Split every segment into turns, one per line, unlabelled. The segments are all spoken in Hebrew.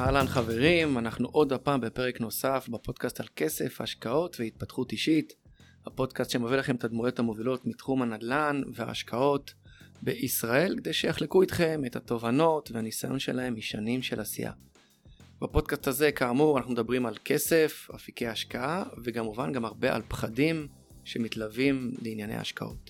אהלן חברים, אנחנו עוד הפעם בפרק נוסף בפודקאסט על כסף, השקעות והתפתחות אישית. הפודקאסט שמביא לכם את הדמויות המובילות מתחום הנדל"ן וההשקעות בישראל, כדי שיחלקו איתכם את התובנות והניסיון שלהם משנים של עשייה. בפודקאסט הזה כאמור אנחנו מדברים על כסף, אפיקי השקעה, וכמובן גם הרבה על פחדים שמתלווים לענייני השקעות.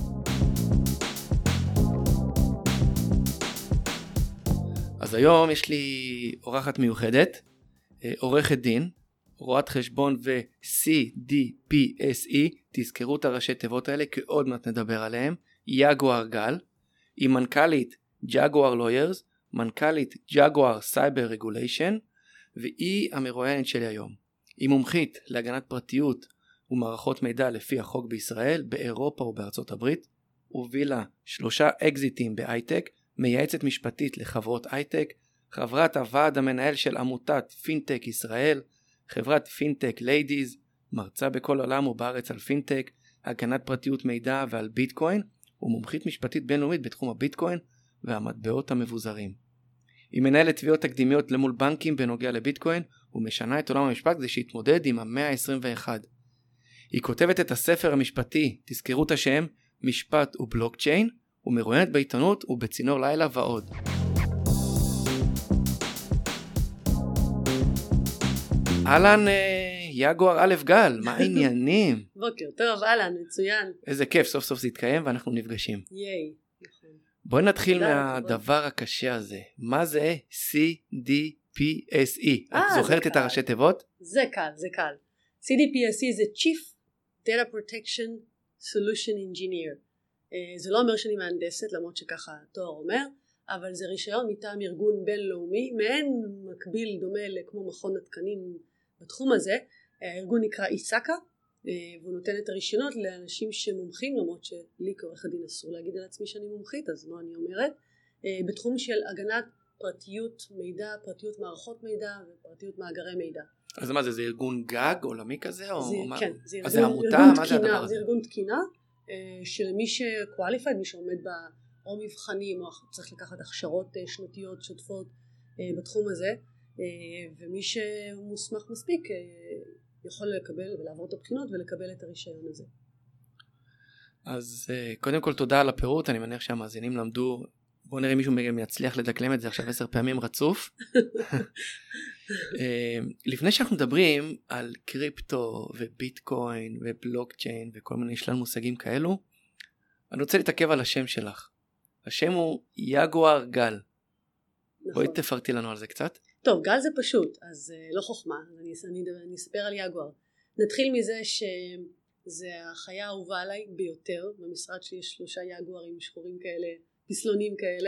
אז היום יש לי אורחת מיוחדת, עורכת דין, רואת חשבון ו-CDPSE, תזכרו את הראשי תיבות האלה כי עוד מעט נדבר עליהם, יגואר גל, היא מנכ"לית ג'גואר לוירס, מנכ"לית ג'גואר סייבר רגוליישן, והיא המרואיינת שלי היום. היא מומחית להגנת פרטיות ומערכות מידע לפי החוק בישראל, באירופה ובארצות הברית, הובילה 3 אקזיטים בהייטק, מייעצת משפטית לחברות הייטק, חברת הוועד המנהל של עמותת פינטק ישראל, חברת פינטק ליידיז, מרצה בכל עולם ובארץ על פינטק, הגנת פרטיות מידע ועל ביטקוין, ומומחית משפטית בינלאומית בתחום הביטקוין והמטבעות המבוזרים. היא מנהלת תביעות תקדימיות למול בנקים בנוגע לביטקוין, ומשנה את עולם המשפט כדי שיתמודד עם המאה ה-21. היא כותבת את הספר המשפטי, תזכרו את השם, משפט ובלוקצ'יין, ומרואיינת בעיתונות ובצינור לילה ועוד. אהלן יגואר א' גל, מה העניינים?
בוקר טוב, אהלן, מצוין.
איזה כיף, סוף סוף זה יתקיים ואנחנו נפגשים.
ייי.
בואי נתחיל מהדבר הקשה הזה. מה זה CDPSE? את זוכרת את הראשי תיבות?
זה קל. CDPSE זה Chief Data Protection Solution Engineer. זה לא אומר שאני מהנדסת, למרות שככה התואר אומר, אבל זה רישיון מטעם ארגון בינלאומי, מעין מקביל דומה כמו מכון התקנים בתחום הזה. הארגון נקרא איסקה, והוא נותן את הרישיונות לאנשים שמומחים, למרות שלי כעורך הדין אסור להגיד על עצמי שאני מומחית, אז לא אני אומרת, בתחום של הגנת פרטיות מידע, פרטיות מערכות מידע ופרטיות מאגרי מידע.
אז מה זה ארגון גג עולמי כזה?
כן,
זה עמותה? מה זה הדבר הזה?
זה ארגון תקינה, שלמי שקואליפייד, מי שעומד או מבחנים או צריך לקחת הכשרות שנתיות שוטפות בתחום הזה, ומי שמוסמך מספיק יכול לקבל ולעבור את הבחינות ולקבל את הרישיון הזה.
אז קודם כל תודה על הפירוט, אני מניח שהמאזינים למדו, בואו נראה מישהו יצליח לדקלם את זה עכשיו 10 פעמים רצוף. לפני שאנחנו מדברים על קריפטו וביטקוין ובלוקצ'יין וכל מיני שלל מושגים כאלו, אני רוצה להתעכב על השם שלך. השם הוא יגואר גל. נכון. בואי תפרטי לנו על זה קצת.
טוב, גל זה פשוט, אז לא חוכמה, אני אספר על יגואר. נתחיל מזה שזה החיה האהובה עליי ביותר, במשרד שלי יש 3 יגוארים שחורים כאלה, פסלונים כאלה.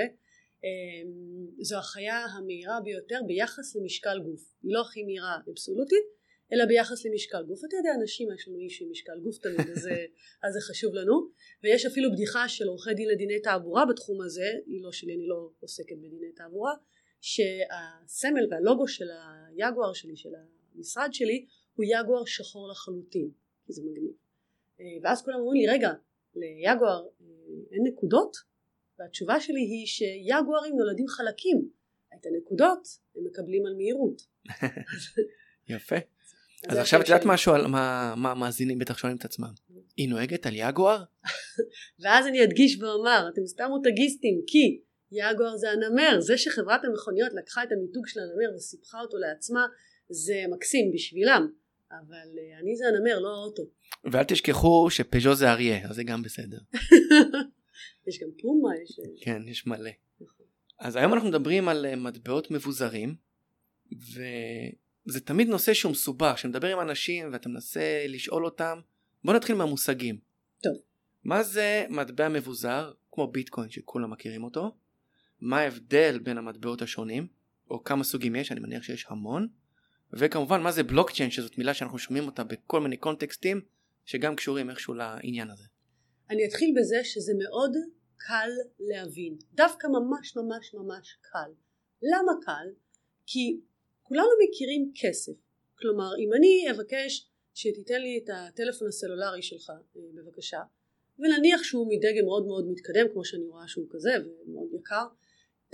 זו החיה המהירה ביותר ביחס למשקל גוף. היא לא הכי מהירה אבסולוטית, אלא ביחס למשקל גוף. אתה יודע, אנשים יש לנו איש עם משקל גוף תמיד, אז זה חשוב לנו. ויש אפילו בדיחה של עורכי דין לדיני תעבורה בתחום הזה, היא לא שלי, אני לא עוסקת בדיני תעבורה, שהסמל והלוגו של היגואר שלי, של המשרד שלי, הוא יגואר שחור לחלוטין, כי זה מגניב. ואז כולם אומרים לי, רגע, ליגואר אין נקודות? והתשובה שלי היא שיגוארים נולדים חלקים. את הנקודות הם מקבלים על מהירות.
יפה. אז עכשיו את יודעת משהו על מה מאזינים בטח שואלים את עצמם. היא נוהגת על יגואר?
ואז אני אדגיש ואומר, אתם סתם מוטגיסטים, כי יגואר זה הנמר, זה שחברת המכוניות לקחה את המיתוג של הנמר וסיפחה אותו לעצמה, זה מקסים בשבילם, אבל אני זה הנמר, לא האוטו.
ואל תשכחו שפז'ו זה אריה, אז זה גם בסדר.
יש גם פומה,
כן, יש מלא. אז היום אנחנו מדברים על מטבעות מבוזרים, וזה תמיד נושא שהוא מסובך, שמדבר עם אנשים ואתה מנסה לשאול אותם. בוא נתחיל מהמושגים.
טוב.
מה זה מטבע מבוזר, כמו ביטקוין שכולם מכירים אותו? מה ההבדל בין המטבעות השונים, או כמה סוגים יש, אני מניח שיש המון, וכמובן מה זה בלוקצ'יין, שזאת מילה שאנחנו שומעים אותה בכל מיני קונטקסטים, שגם קשורים איכשהו לעניין הזה.
אני אתחיל בזה שזה מאוד קל להבין, דווקא ממש ממש ממש קל. למה קל? כי כולנו מכירים כסף, כלומר אם אני אבקש שתיתן לי את הטלפון הסלולרי שלך בבקשה, ונניח שהוא מדגם מאוד מאוד מתקדם כמו שאני רואה שהוא כזה ומאוד יקר,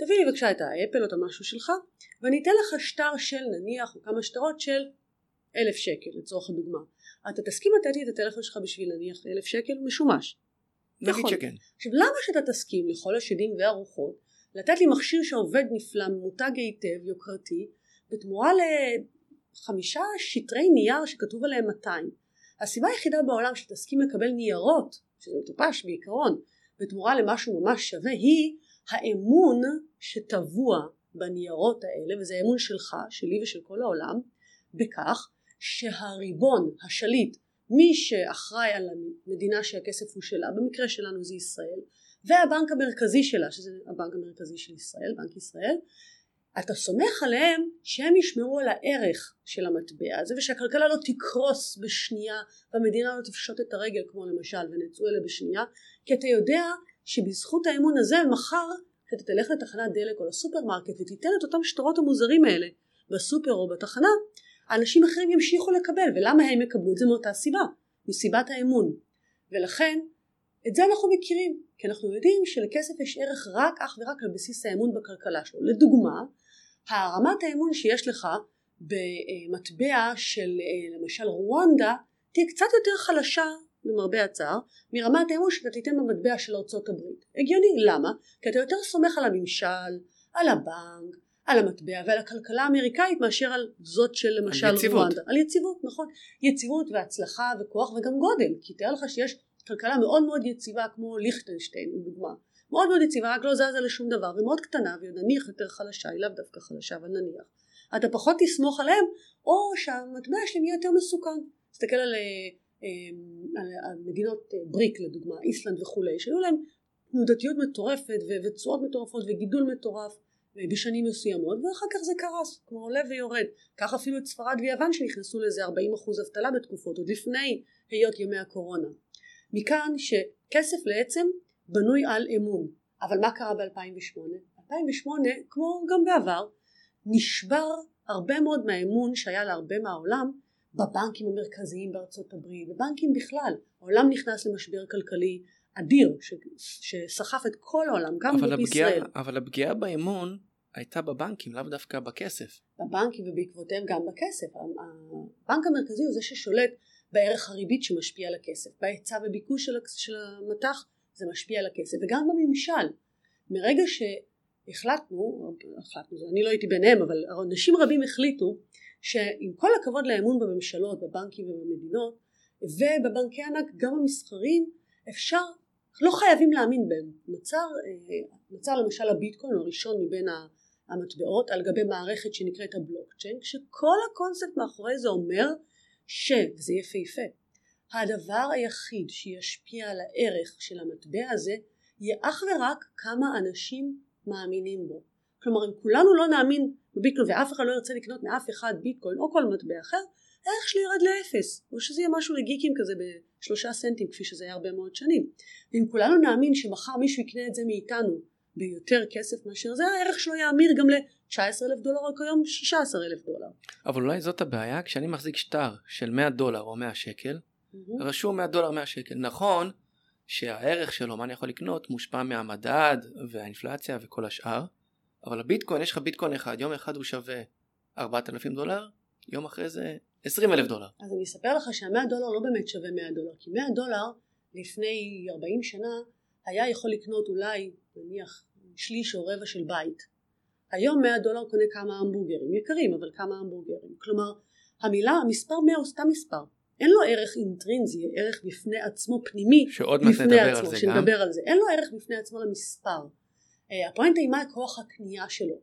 תביא לי בבקשה את האפל או את המשהו שלך, ואני אתן לך שטר של נניח, או כמה שטרות של 1,000 שקל לצורך הדוגמה. אתה תסכים לתת לי את הטלפון שלך בשביל נניח 1,000 שקל משומש.
נגיד שכן.
עכשיו למה שאתה תסכים לכל השדים והרוחות לתת לי מכשיר שעובד נפלא, מותג היטב, יוקרתי, בתמורה ל5 שטרי נייר שכתוב עליהם 200. הסיבה היחידה בעולם שתסכים לקבל ניירות, שזה מטופש בעיקרון, בתמורה למשהו ממש שווה, היא האמון שטבוע בניירות האלה, וזה האמון שלך, שלי ושל כל העולם, בכך שהריבון, השליט, מי שאחראי על המדינה שהכסף הוא שלה, במקרה שלנו זה ישראל, והבנק המרכזי שלה, שזה הבנק המרכזי של ישראל, בנק ישראל, אתה סומך עליהם שהם ישמרו על הערך של המטבע הזה, ושהכלכלה לא תקרוס בשנייה, והמדינה לא תפשוט את הרגל כמו למשל ונצאו אלה בשנייה, כי אתה יודע שבזכות האמון הזה מחר כשאתה תלך לתחנת דלק או לסופרמרקט ותיתן את אותם שטרות המוזרים האלה בסופר או בתחנה, האנשים אחרים ימשיכו לקבל. ולמה הם יקבלו את זה? מאותה סיבה, מסיבת האמון. ולכן את זה אנחנו מכירים, כי אנחנו יודעים שלכסף יש ערך אך ורק על בסיס האמון בכלכלה שלו. לדוגמה, הרמת האמון שיש לך במטבע של למשל רואנדה תהיה קצת יותר חלשה למרבה הצער מרמת האמון שאתה תיתן במטבע של ארצות הברית. הגיוני. למה? כי אתה יותר סומך על הממשל, על הבנק, על המטבע ועל הכלכלה האמריקאית מאשר על זאת של למשל רואנדה. על יציבות, נכון. יציבות והצלחה וכוח וגם גודל. כי תראה לך שיש כלכלה מאוד מאוד יציבה כמו ליכטנשטיין, לדוגמה. מאוד מאוד יציבה, רק לא זזה לשום דבר, ומאוד קטנה, ונניח יותר חלשה, היא לאו דווקא חלשה, אבל נניח. אתה פחות תסמוך עליהם, או שהמטבע שלהם יהיה יותר מסוכן. תסתכל על מדינות בריק, לדוגמה, איסלנד וכולי, שהיו להם תנודתיות מטורפת, וצורות מטורפות, וגידול מטורף, בשנים מסוימות, ואחר כך זה קרס, כמו עולה ויורד. כך אפילו את ספרד ויוון שנכנסו לזה 40% אבטלה בתקופות, עוד לפני היות ימי הקורונה. מכאן שכסף בעצם בנוי על אמון. אבל מה קרה ב-2008? 2008, כמו גם בעבר, נשבר הרבה מאוד מהאמון שהיה להרבה מהעולם בבנקים המרכזיים בארצות הברית, בבנקים בכלל. העולם נכנס למשבר כלכלי אדיר שסחף את כל העולם, גם בישראל.
אבל הפגיעה באמון הייתה בבנקים, לאו דווקא בכסף.
בבנקים ובעקבותיהם גם בכסף. הבנק המרכזי הוא זה ששולט בערך הריבית שמשפיע על הכסף, בהיצע וביקוש של המטח זה משפיע על הכסף, וגם בממשל. מרגע שהחלטנו, אני לא הייתי ביניהם, אבל אנשים רבים החליטו שעם כל הכבוד לאמון בממשלות, בבנקים ובמדינות, ובבנקי ענק גם המסחרים, אפשר, לא חייבים להאמין בהם. נוצר למשל הביטקוין הראשון מבין המטבעות על גבי מערכת שנקראת הבלוקצ'יין, כשכל הקונספט מאחורי זה אומר וזה יפהפה, הדבר היחיד שישפיע על הערך של המטבע הזה יהיה אך ורק כמה אנשים מאמינים בו. כלומר אם כולנו לא נאמין בביטקוין ואף אחד לא ירצה לקנות מאף אחד ביטקוין או כל מטבע אחר, הערך שלו ירד לאפס, או שזה יהיה משהו לגיקים כזה ב3 סנטים כפי שזה היה הרבה מאוד שנים. ואם כולנו נאמין שמחר מישהו יקנה את זה מאיתנו ביותר כסף מאשר זה, הערך שלו יאמיר גם $19,000 או כיום $16,000.
אבל אולי זאת הבעיה, כשאני מחזיק שטר של $100 או 100 שקל, רשום $100 100 שקל. נכון שהערך שלו, מה אני יכול לקנות, מושפע מהמדד והאינפלציה וכל השאר, אבל הביטקוין, יש לך ביטקוין אחד, יום אחד הוא שווה $4,000, יום אחרי זה $20,000.
אז אני אספר לך שה$100 לא באמת שווה $100, כי $100 לפני 40 שנה היה יכול לקנות אולי נניח שליש או רבע של בית. היום $100 קונה כמה המבורגרים, יקרים אבל כמה המבורגרים. כלומר המספר 100 הוא סתם מספר, אין לו ערך אינטרינזי, ערך בפני עצמו פנימי,
שעוד מעט נדבר על זה גם.
אין לו ערך בפני עצמו למספר. הפואנטה היא מה כוח הקנייה שלו,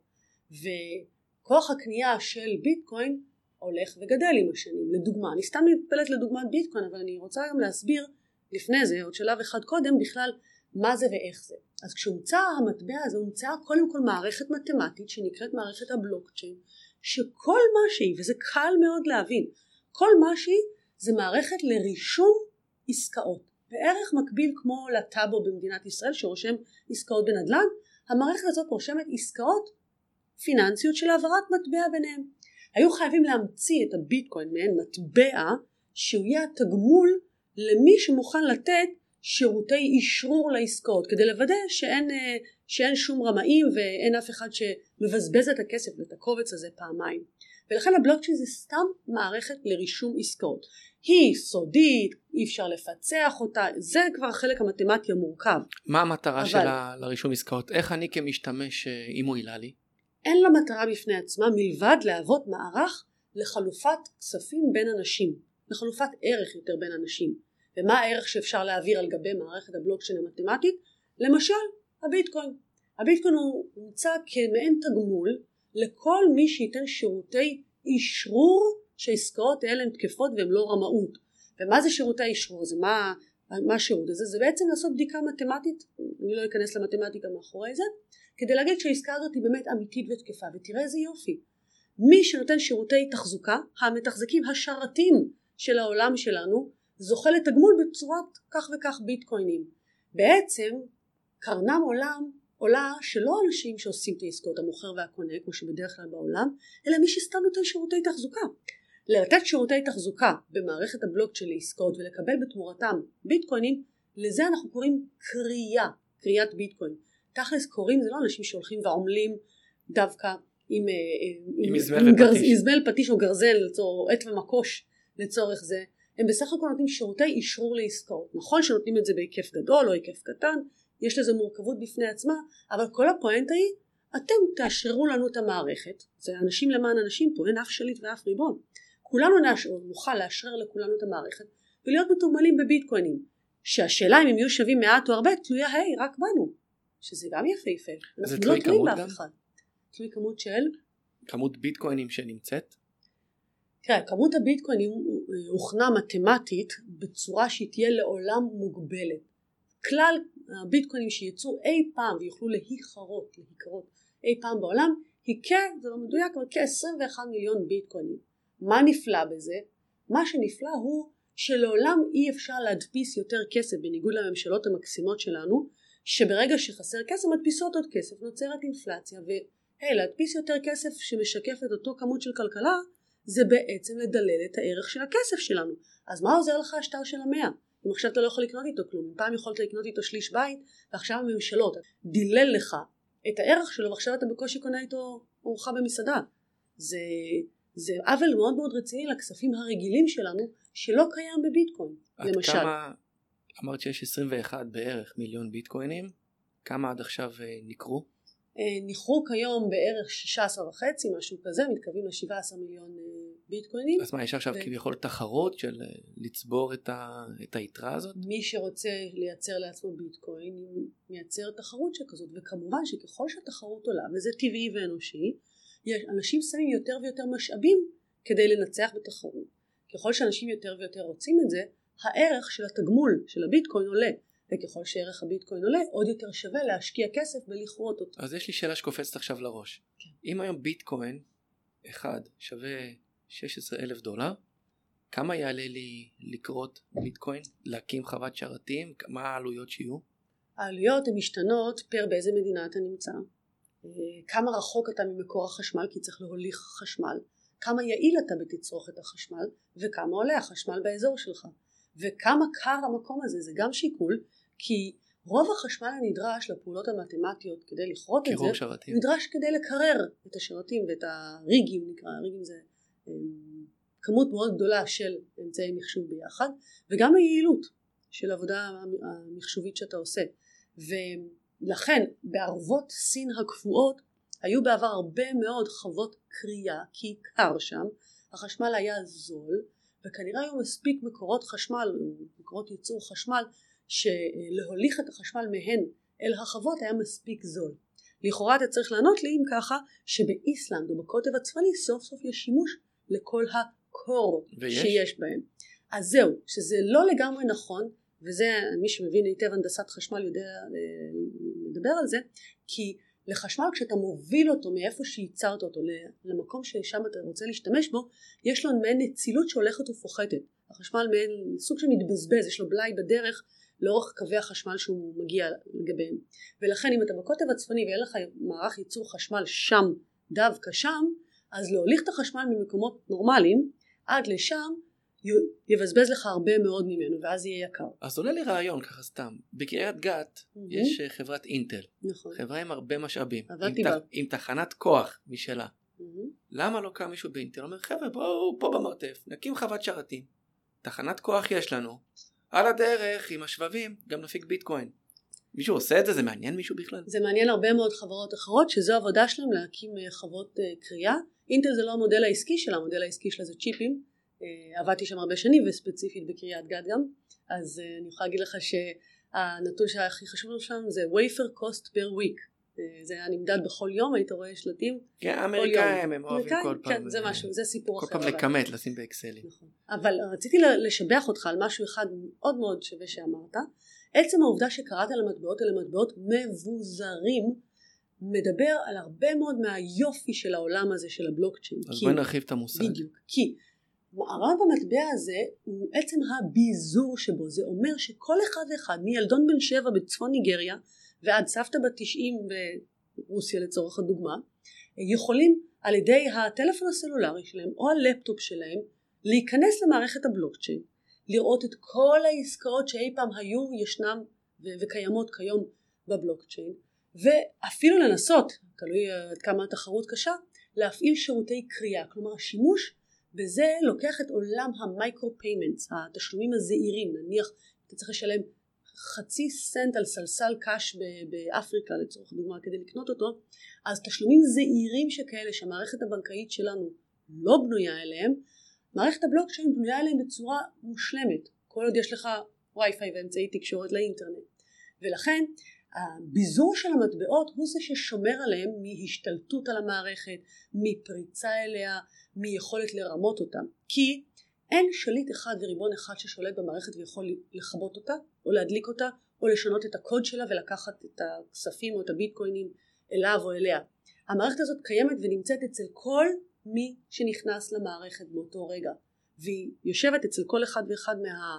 וכוח הקנייה של ביטקוין הולך וגדל עם השנים. לדוגמה, אני סתם מתפלט לדוגמת ביטקוין, אבל אני רוצה גם להסביר לפני זה, עוד שלב אחד קודם, בכלל מה זה ואיך זה. אז כשהומצא המטבע הזה, הומצאה קודם כל מערכת מתמטית שנקראת מערכת הבלוקצ'יין, שכל מה שהיא, וזה קל מאוד להבין, כל מה שהיא זה מערכת לרישום עסקאות. בערך מקביל כמו לטאבו במדינת ישראל שרושם עסקאות בנדל"ן, המערכת הזאת רושמת עסקאות פיננסיות של העברת מטבע ביניהם. היו חייבים להמציא את הביטקוין מעין מטבע שהוא יהיה התגמול למי שמוכן לתת שירותי אישרור לעסקאות, כדי לוודא שאין שום רמאים ואין אף אחד שמבזבז את הכסף ואת הקובץ הזה פעמיים. ולכן הבלוקצ'יין זה סתם מערכת לרישום עסקאות. היא סודית, אי אפשר לפצח אותה, זה כבר חלק המתמטי המורכב.
מה המטרה שלה לרישום עסקאות? איך אני כמשתמש היא מועילה לי?
אין לה מטרה בפני עצמה מלבד להוות מערך לחלופת כספים בין אנשים, לחלופת ערך יותר בין אנשים. ומה הערך שאפשר להעביר על גבי מערכת הבלוקצ'יין המתמטית? למשל, הביטקוין. הביטקוין הוא מוצע כמעין תגמול לכל מי שייתן שירותי אישרור שהעסקאות האלה הן תקפות והן לא רמאות. ומה זה שירותי אישרור? מה השירות הזה? זה בעצם לעשות בדיקה מתמטית, אני לא אכנס למתמטיקה מאחורי זה, כדי להגיד שהעסקה הזאת היא באמת אמיתית ותקפה. ותראה איזה יופי. מי שנותן שירותי תחזוקה, המתחזקים השרתים של העולם שלנו, זוכה לתגמול בצורת כך וכך ביטקוינים. בעצם קרנם עולה שלא אנשים שעושים את העסקאות, המוכר והקונה כמו שבדרך כלל בעולם, אלא מי שסתם נותן שירותי תחזוקה. לתת שירותי תחזוקה במערכת הבלוקצ'יין לעסקאות ולקבל בתמורתם ביטקוינים, לזה אנחנו קוראים קריאת ביטקוין. תכלס קוראים זה לא אנשים שהולכים ועמלים דווקא עם מזמל פטיש או גרזן או עט ומקוש לצורך זה. הם בסך הכל נותנים שירותי אישרור לעסקאות. נכון שנותנים את זה בהיקף גדול או היקף קטן, יש לזה מורכבות בפני עצמה, אבל כל הפואנטה היא, אתם תאשררו לנו את המערכת, זה אנשים למען אנשים פה, אין אף שליט ואף ריבון. כולנו נוכל לאשרר לכולנו את המערכת, ולהיות מתוגמלים בביטקוינים, שהשאלה אם הם יהיו שווים מעט או הרבה, תלויה רק בנו, שזה גם יפהפה.
זה תלוי כמות גם?
תלוי כמות של?
כמות ביטקוינים שנמצאת?
תראה, כמות הביטקוינים הוכנה מתמטית בצורה שהיא תהיה לעולם מוגבלת. כלל הביטקוינים שיצאו אי פעם ויוכלו להיקרות אי פעם בעולם, היא זה לא מדויק, אבל כ-21 מיליון ביטקוינים. מה נפלא בזה? מה שנפלא הוא שלעולם אי אפשר להדפיס יותר כסף, בניגוד לממשלות המקסימות שלנו, שברגע שחסר כסף מדפיסות עוד כסף, נוצרת אינפלציה, להדפיס יותר כסף שמשקף את אותו כמות של כלכלה, זה בעצם לדלל את הערך של הכסף שלנו. אז מה עוזר לך השטר של 100? אם עכשיו אתה לא יכול לקנות איתו כלום, פעם יכולת לקנות איתו שליש בית, ועכשיו הממשלות דילל לך את הערך שלו, ועכשיו אתה בקושי קונה איתו ארוחה במסעדה. זה עוול מאוד מאוד רציני לכספים הרגילים שלנו, שלא קיים בביטקוין. למשל.
כמה, אמרת שיש 21 בערך מיליון ביטקוינים, כמה עד עכשיו נקרו?
נכרו כיום בערך 16.5, משהו כזה, מתקרבים ל-17 מיליון ביטקוינים.
אז מה, יש עכשיו כביכול תחרות של לצבור את היתרה הזאת?
מי שרוצה לייצר לעצמו ביטקוין, מייצר תחרות שכזאת, וכמובן שככל שהתחרות עולה, וזה טבעי ואנושי, אנשים שמים יותר ויותר משאבים כדי לנצח בתחרות. ככל שאנשים יותר ויותר רוצים את זה, הערך של התגמול של הביטקוין עולה. וככל שערך הביטקוין עולה, עוד יותר שווה להשקיע כסף ולכרות אותו.
אז יש לי שאלה שקופצת עכשיו לראש. כן. אם היום ביטקוין אחד שווה $16,000, כמה יעלה לי לקרות ביטקוין, להקים חוות שרתים, מה העלויות שיהיו?
העלויות הן משתנות פר באיזה מדינה אתה נמצא, כמה רחוק אתה ממקור החשמל כי צריך להוליך חשמל, כמה יעיל אתה בתצרוכת החשמל, וכמה עולה החשמל באזור שלך, וכמה קר המקום הזה, זה גם שיקול, כי רוב החשמל הנדרש לפעולות המתמטיות כדי לכרות את זה,
שרתים.
נדרש כדי לקרר את השרתים ואת הריגים, הריגים זה כמות מאוד גדולה של אמצעי מחשוב ביחד, וגם היעילות של העבודה המחשובית שאתה עושה. ולכן בערבות סין הקפואות היו בעבר הרבה מאוד חוות קריאה, כי קר שם, החשמל היה זול, וכנראה היו מספיק מקורות חשמל, מקורות ייצור חשמל, שלהוליך את החשמל מהן אל החוות היה מספיק זול. לכאורה אתה צריך לענות לי אם ככה שבאיסלנד או בקוטב הצפוני סוף סוף יש שימוש לכל הקור שיש בהם. אז זהו, שזה לא לגמרי נכון, וזה מי שמבין היטב הנדסת חשמל יודע לדבר על זה, כי לחשמל כשאתה מוביל אותו מאיפה שייצרת אותו למקום ששם אתה רוצה להשתמש בו, יש לו מעין נצילות שהולכת ופוחתת. החשמל מעין סוג שמתבזבז, יש לו בלאי בדרך לאורך קווי החשמל שהוא מגיע לגביהם. ולכן אם אתה בקוטב הצפוני ואין לך מערך ייצור חשמל שם, דווקא שם, אז להוליך את החשמל ממקומות נורמליים עד לשם יבזבז לך הרבה מאוד ממנו, ואז יהיה יקר.
אז עולה לי רעיון ככה סתם. בקריית גת יש חברת אינטל.
נכון.
חברה עם הרבה משאבים.
עבדתי בה.
עם תחנת כוח משלה. למה לא קם מישהו באינטל? אומר, חבר'ה, בואו פה במרתף, נקים חוות שרתים. תחנת כוח יש לנו. על הדרך, עם השבבים, גם נפיק ביטקוין. מישהו עושה את זה? זה מעניין מישהו בכלל?
זה מעניין הרבה מאוד חברות אחרות, שזו עבודה שלהם להקים חוות קריאה. אינטל זה לא המודל העסקי שלה, המודל העסקי שלה זה צ'יפים. עבדתי שם הרבה שנים, וספציפית בקריית גת גם. אז אני יכולה להגיד לך שהנתון שהכי חשוב לנו שם זה wafer cost per week. זה היה נמדד בכל יום, היית רואה שלטים.
כן, האמריקאים הם אוהבים כל פעם.
כן, זה משהו, זה סיפור אחר.
כל פעם לקמת, לשים באקסלים.
נכון. אבל רציתי לשבח אותך על משהו אחד מאוד מאוד שווה שאמרת. עצם העובדה שקראת על המטבעות, אלה מטבעות מבוזרים, מדבר על הרבה מאוד מהיופי של העולם הזה של הבלוקצ'יין.
אז בואי נרחיב את המושג.
בדיוק. כי הרעיון במטבע הזה הוא עצם הביזור שבו. זה אומר שכל אחד ואחד, מילדון בן 7 בצפון ניגריה, ועד סבתא בת 90 ברוסיה לצורך הדוגמה, יכולים על ידי הטלפון הסלולרי שלהם או הלפטופ שלהם להיכנס למערכת הבלוקצ'יין, לראות את כל העסקאות שאי פעם היו, ישנם וקיימות כיום בבלוקצ'יין, ואפילו לנסות, תלוי עד כמה התחרות קשה, להפעיל שירותי קריאה. כלומר השימוש בזה לוקח את עולם המייקרו פיימנטס, התשלומים הזעירים. נניח אתה צריך לשלם 0.5 סנט על סלסל קש באפריקה לצורך דוגמה כדי לקנות אותו, אז תשלומים זעירים שכאלה שהמערכת הבנקאית שלנו לא בנויה אליהם, מערכת הבלוקצ'יין בנויה אליהם בצורה מושלמת, כל עוד יש לך וי-פיי ואמצעי תקשורת לאינטרנט. ולכן הביזור של המטבעות הוא זה ששומר עליהם מהשתלטות על המערכת, מפריצה אליה, מיכולת לרמות אותם. כי אין שליט אחד וריבון אחד ששולט במערכת ויכול לכבות אותה או להדליק אותה או לשנות את הקוד שלה ולקחת את הכספים או את הביטקוינים אליו או אליה. המערכת הזאת קיימת ונמצאת אצל כל מי שנכנס למערכת באותו רגע, והיא יושבת אצל כל אחד ואחד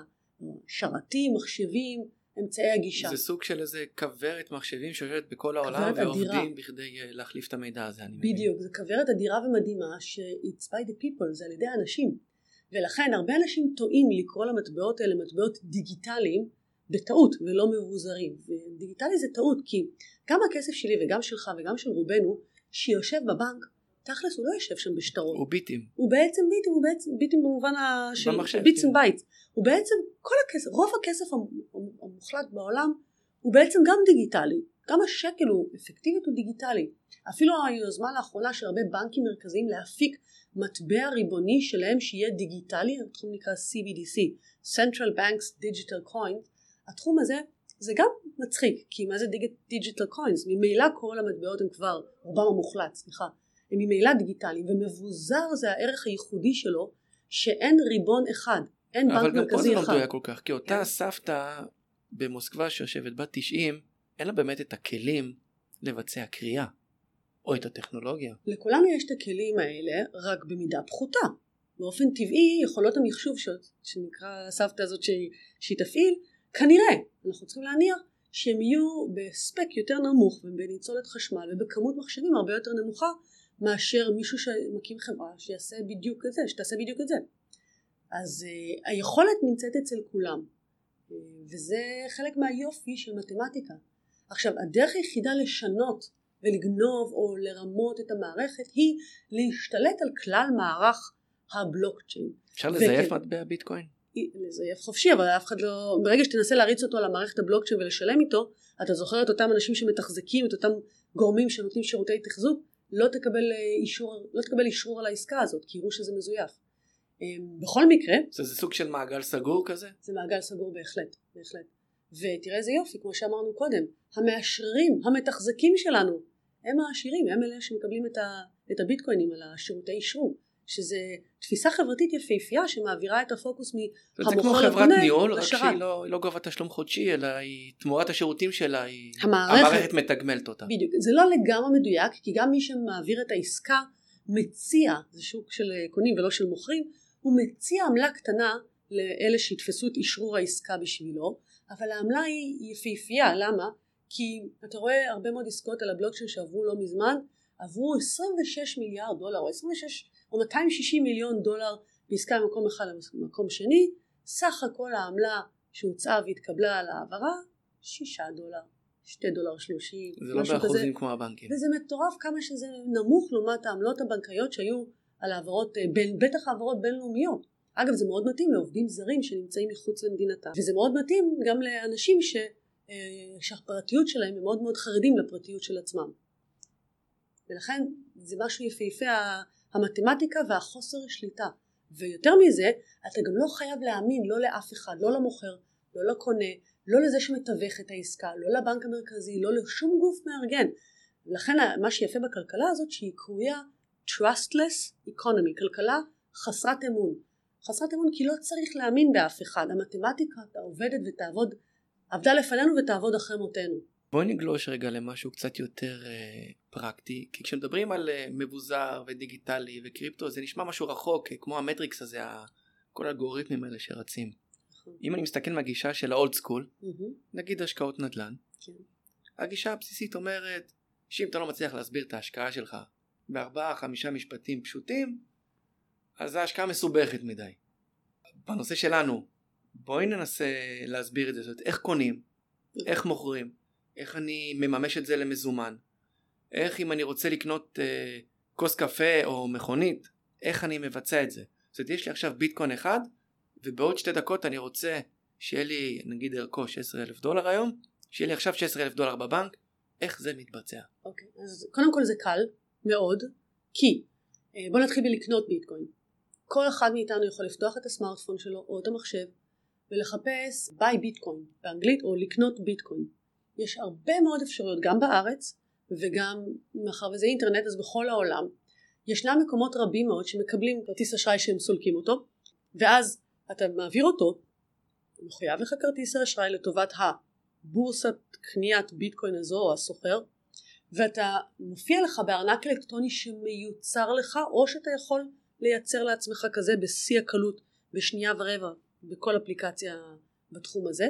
מהשרתים, מחשבים, אמצעי הגישה.
זה סוג של איזה כברת מחשבים שיושבת בכל העולם ועובדים בכדי להחליף את המידע הזה.
בדיוק, זה כברת אדירה ומדהימה ש-it's by the people, זה על ידי האנשים. ולכן הרבה אנשים טועים לקרוא למטבעות האלה מטבעות דיגיטליים בטעות ולא מבוזרים. ודיגיטלי זה טעות כי גם הכסף שלי וגם שלך וגם של רובנו שיושב בבנק, תכלס הוא לא יושב שם בשטרות.
הוא ביטים.
הוא בעצם ביטים במובן של ביטס and bytes. הוא בעצם כל הכסף, רוב הכסף המוחלט בעולם הוא בעצם גם דיגיטלי. גם השקל הוא אפקטיבית הוא דיגיטלי. אפילו היוזמה לאחרונה של הרבה בנקים מרכזיים להפיק מטבע ריבוני שלהם שיהיה דיגיטלי, התחום נקרא CBDC, Central Banks Digital Coins. התחום הזה זה גם מצחיק, כי מה זה Digital Coins? ממילא כל המטבעות הם כבר, רובם המוחלט, הם ממילא דיגיטליים, ומבוזר זה הערך הייחודי שלו, שאין ריבון אחד, אין בנק מרכזי אחד.
אבל גם פה זה לא מדויק כל כך, כי אותה סבתא במוסקבה שיושבת בת 90, אין לה באמת את הכלים לבצע קריאה. או את הטכנולוגיה.
לכולנו יש את הכלים האלה, רק במידה פחותה. באופן טבעי, יכולות המחשוב שנקרא הסבתא הזאת שהיא תפעיל, כנראה, אנחנו צריכים להניח שהם יהיו בספק יותר נמוך, ובניצולת חשמל, ובכמות מחשבים הרבה יותר נמוכה, מאשר מישהו שמקים חברה שיעשה בדיוק את זה, שתעשה בדיוק את זה. אז היכולת נמצאת אצל כולם, וזה חלק מהיופי של מתמטיקה. עכשיו, הדרך היחידה לשנות ולגנוב או לרמות את המערכת היא להשתלט על כלל מערך הבלוקצ'יין.
אפשר לזייף מטבע ביטקוין?
לזייף חופשי, אבל אף אחד לא, ברגע שתנסה להריץ אותו על המערכת הבלוקצ'יין ולשלם איתו, אתה זוכר את אותם אנשים שמתחזקים, את אותם גורמים שנותנים שירותי תחזוק, לא תקבל אישור על העסקה הזאת, כי יראו שזה מזויף. בכל מקרה,
זה סוג של מעגל סגור כזה?
זה מעגל סגור בהחלט, בהחלט. ותראה איזה יופי, כמו שאמרנו קודם, המאשררים, המתחזקים שלנו, הם העשירים, הם אלה שמקבלים את הביטקוינים על השירותי אישור, שזה תפיסה חברתית יפהפייה שמעבירה את הפוקוס
מהמוכר לקונה. זה כמו חברת ניהול, רק שהיא לא גובה תשלום חודשי, אלא היא תמורת השירותים שלה, המערכת מתגמלת אותה.
בדיוק, זה לא לגמרי מדויק, כי גם מי שמעביר את העסקה מציע, זה שוק של קונים ולא של מוכרים, הוא מציע עמלה קטנה לאלה שיתפסו את אישרור העסקה בשבילו, אבל העמלה היא יפהפייה, למה? כי אתה רואה הרבה מאוד עסקאות על הבלוקצ'יין שעברו לא מזמן, עברו $26 מיליארד, או 26 או $260 מיליון בעסקה ממקום אחד למקום שני, סך הכל העמלה שהוצאה והתקבלה על העברה $6, $2.30,
זה לא באחוזים כמו הבנקים.
וזה מטורף כמה שזה נמוך לעומת העמלות הבנקאיות שהיו על העברות, בטח העברות בינלאומיות. אגב, זה מאוד מתאים לעובדים זרים שנמצאים מחוץ למדינתם, וזה מאוד מתאים גם לאנשים שהפרטיות שלהם הם מאוד מאוד חרדים לפרטיות של עצמם. ולכן זה משהו יפהפה, המתמטיקה והחוסר שליטה. ויותר מזה, אתה גם לא חייב להאמין לא לאף אחד, לא למוכר, לא לקונה, לא לזה שמתווך את העסקה, לא לבנק המרכזי, לא לשום גוף מארגן. ולכן מה שיפה בכלכלה הזאת שהיא קרויה trustless economy, כלכלה חסרת אמון. חסרת אמון כי לא צריך להאמין באף אחד. המתמטיקה עובדת ותעבוד, עבדה לפנינו ותעבוד אחרי מותנו.
בואי נגלוש רגע למשהו קצת יותר פרקטי, כי כשמדברים על מבוזר ודיגיטלי וקריפטו זה נשמע משהו רחוק, כמו המטריקס הזה, כל האלגוריתמים האלה שרצים. אם אני מסתכל מהגישה של האולד סקול, נגיד השקעות נדל"ן, הגישה הבסיסית אומרת שאם אתה לא מצליח להסביר את ההשקעה שלך ב4-5 משפטים פשוטים, אז ההשקעה מסובכת מדי. בנושא שלנו, בואי ננסה להסביר את זה, זאת אומרת, איך קונים, איך מוכרים, איך אני מממש את זה למזומן, איך אם אני רוצה לקנות כוס קפה או מכונית, איך אני מבצע את זה. זאת אומרת, יש לי עכשיו ביטקוין אחד, ובעוד 2 דקות אני רוצה שיהיה לי, נגיד ערכו $16,000 היום, שיהיה לי עכשיו $16,000 בבנק, איך זה מתבצע?
אוקיי, אז קודם כל זה קל מאוד, כי בוא נתחיל בלקנות ביטקוין. כל אחד מאיתנו יכול לפתוח את הסמארטפון שלו או את המחשב, ולחפש buy ביטקוין באנגלית או לקנות ביטקוין. יש הרבה מאוד אפשרויות גם בארץ וגם מאחר וזה אינטרנט אז בכל העולם. ישנם מקומות רבים מאוד שמקבלים כרטיס אשראי שהם סולקים אותו, ואז אתה מעביר אותו, מחויב לך כרטיס האשראי לטובת הבורסת קניית ביטקוין הזו או הסוחר, ואתה מופיע לך בארנק אלקטרוני שמיוצר לך, או שאתה יכול לייצר לעצמך כזה בשיא הקלות בשנייה ורבע בכל אפליקציה בתחום הזה.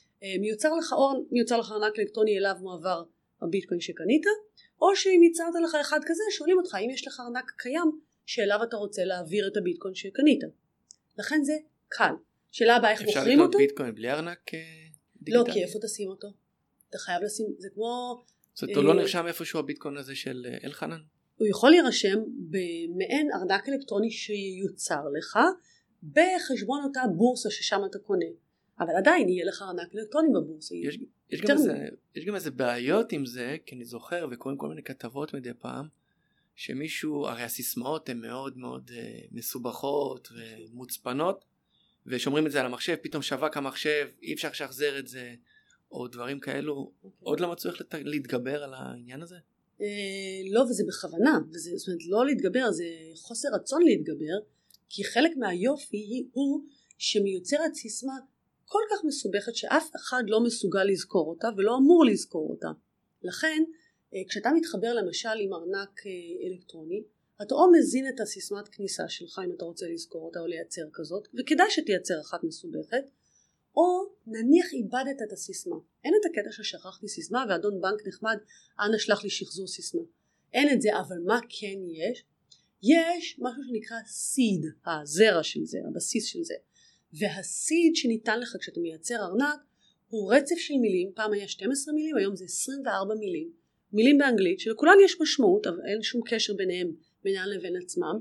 מיוצר לך ארנק אלקטרוני אליו מועבר הביטקוין שקנית, או שאם ייצרת לך אחד כזה שואלים אותך אם יש לך ארנק קיים שאליו אתה רוצה להעביר את הביטקוין שקנית. לכן זה קל. שאלה הבאה איך מוכרים אותו?
אפשר לקנות ביטקוין בלי ארנק דיגיטלי?
לא, כי איפה תשים אותו? אתה חייב לשים, זה כמו...
זאת אומרת, הוא לא נרשם איפשהו הביטקוין הזה של אלחנן?
הוא יכול להירשם במעין ארנק אלקטרוני שיוצר לך בחשבון אותה בורסה ששם אתה קונה, אבל עדיין יהיה לך ארנק אלקטרוני בבורסה.
יש גם איזה בעיות עם זה, כי אני זוכר וקוראים כל מיני כתבות מדי פעם, שמישהו, הרי הסיסמאות הן מאוד מאוד מסובכות ומוצפנות, ושומרים את זה על המחשב, פתאום שווק המחשב, אי אפשר לשחזר את זה, או דברים כאלו. עוד לא מצליח להתגבר על העניין הזה?
לא, וזה בכוונה, זאת אומרת לא להתגבר, זה חוסר רצון להתגבר, כי חלק מהיופי הוא שמיוצרת סיסמה כל כך מסובכת שאף אחד לא מסוגל לזכור אותה ולא אמור לזכור אותה. לכן כשאתה מתחבר למשל עם ארנק אלקטרוני, אתה או מזין את הסיסמת כניסה שלך אם אתה רוצה לזכור אותה או לייצר כזאת, וכדאי שתייצר אחת מסובכת, או נניח איבדת את הסיסמה. אין את הקטע ששכחתי סיסמה ואדון בנק נחמד אנא שלח לי שחזור סיסמה. אין את זה, אבל מה כן יש? יש משהו שנקרא סיד, הזרע של זה, הבסיס של זה. והסיד שניתן לך כשאתה מייצר ארנק הוא רצף של מילים, פעם היה 12 מילים, היום זה 24 מילים. מילים באנגלית שלכולן יש משמעות, אבל אין שום קשר ביניהם, בינן לבין עצמם,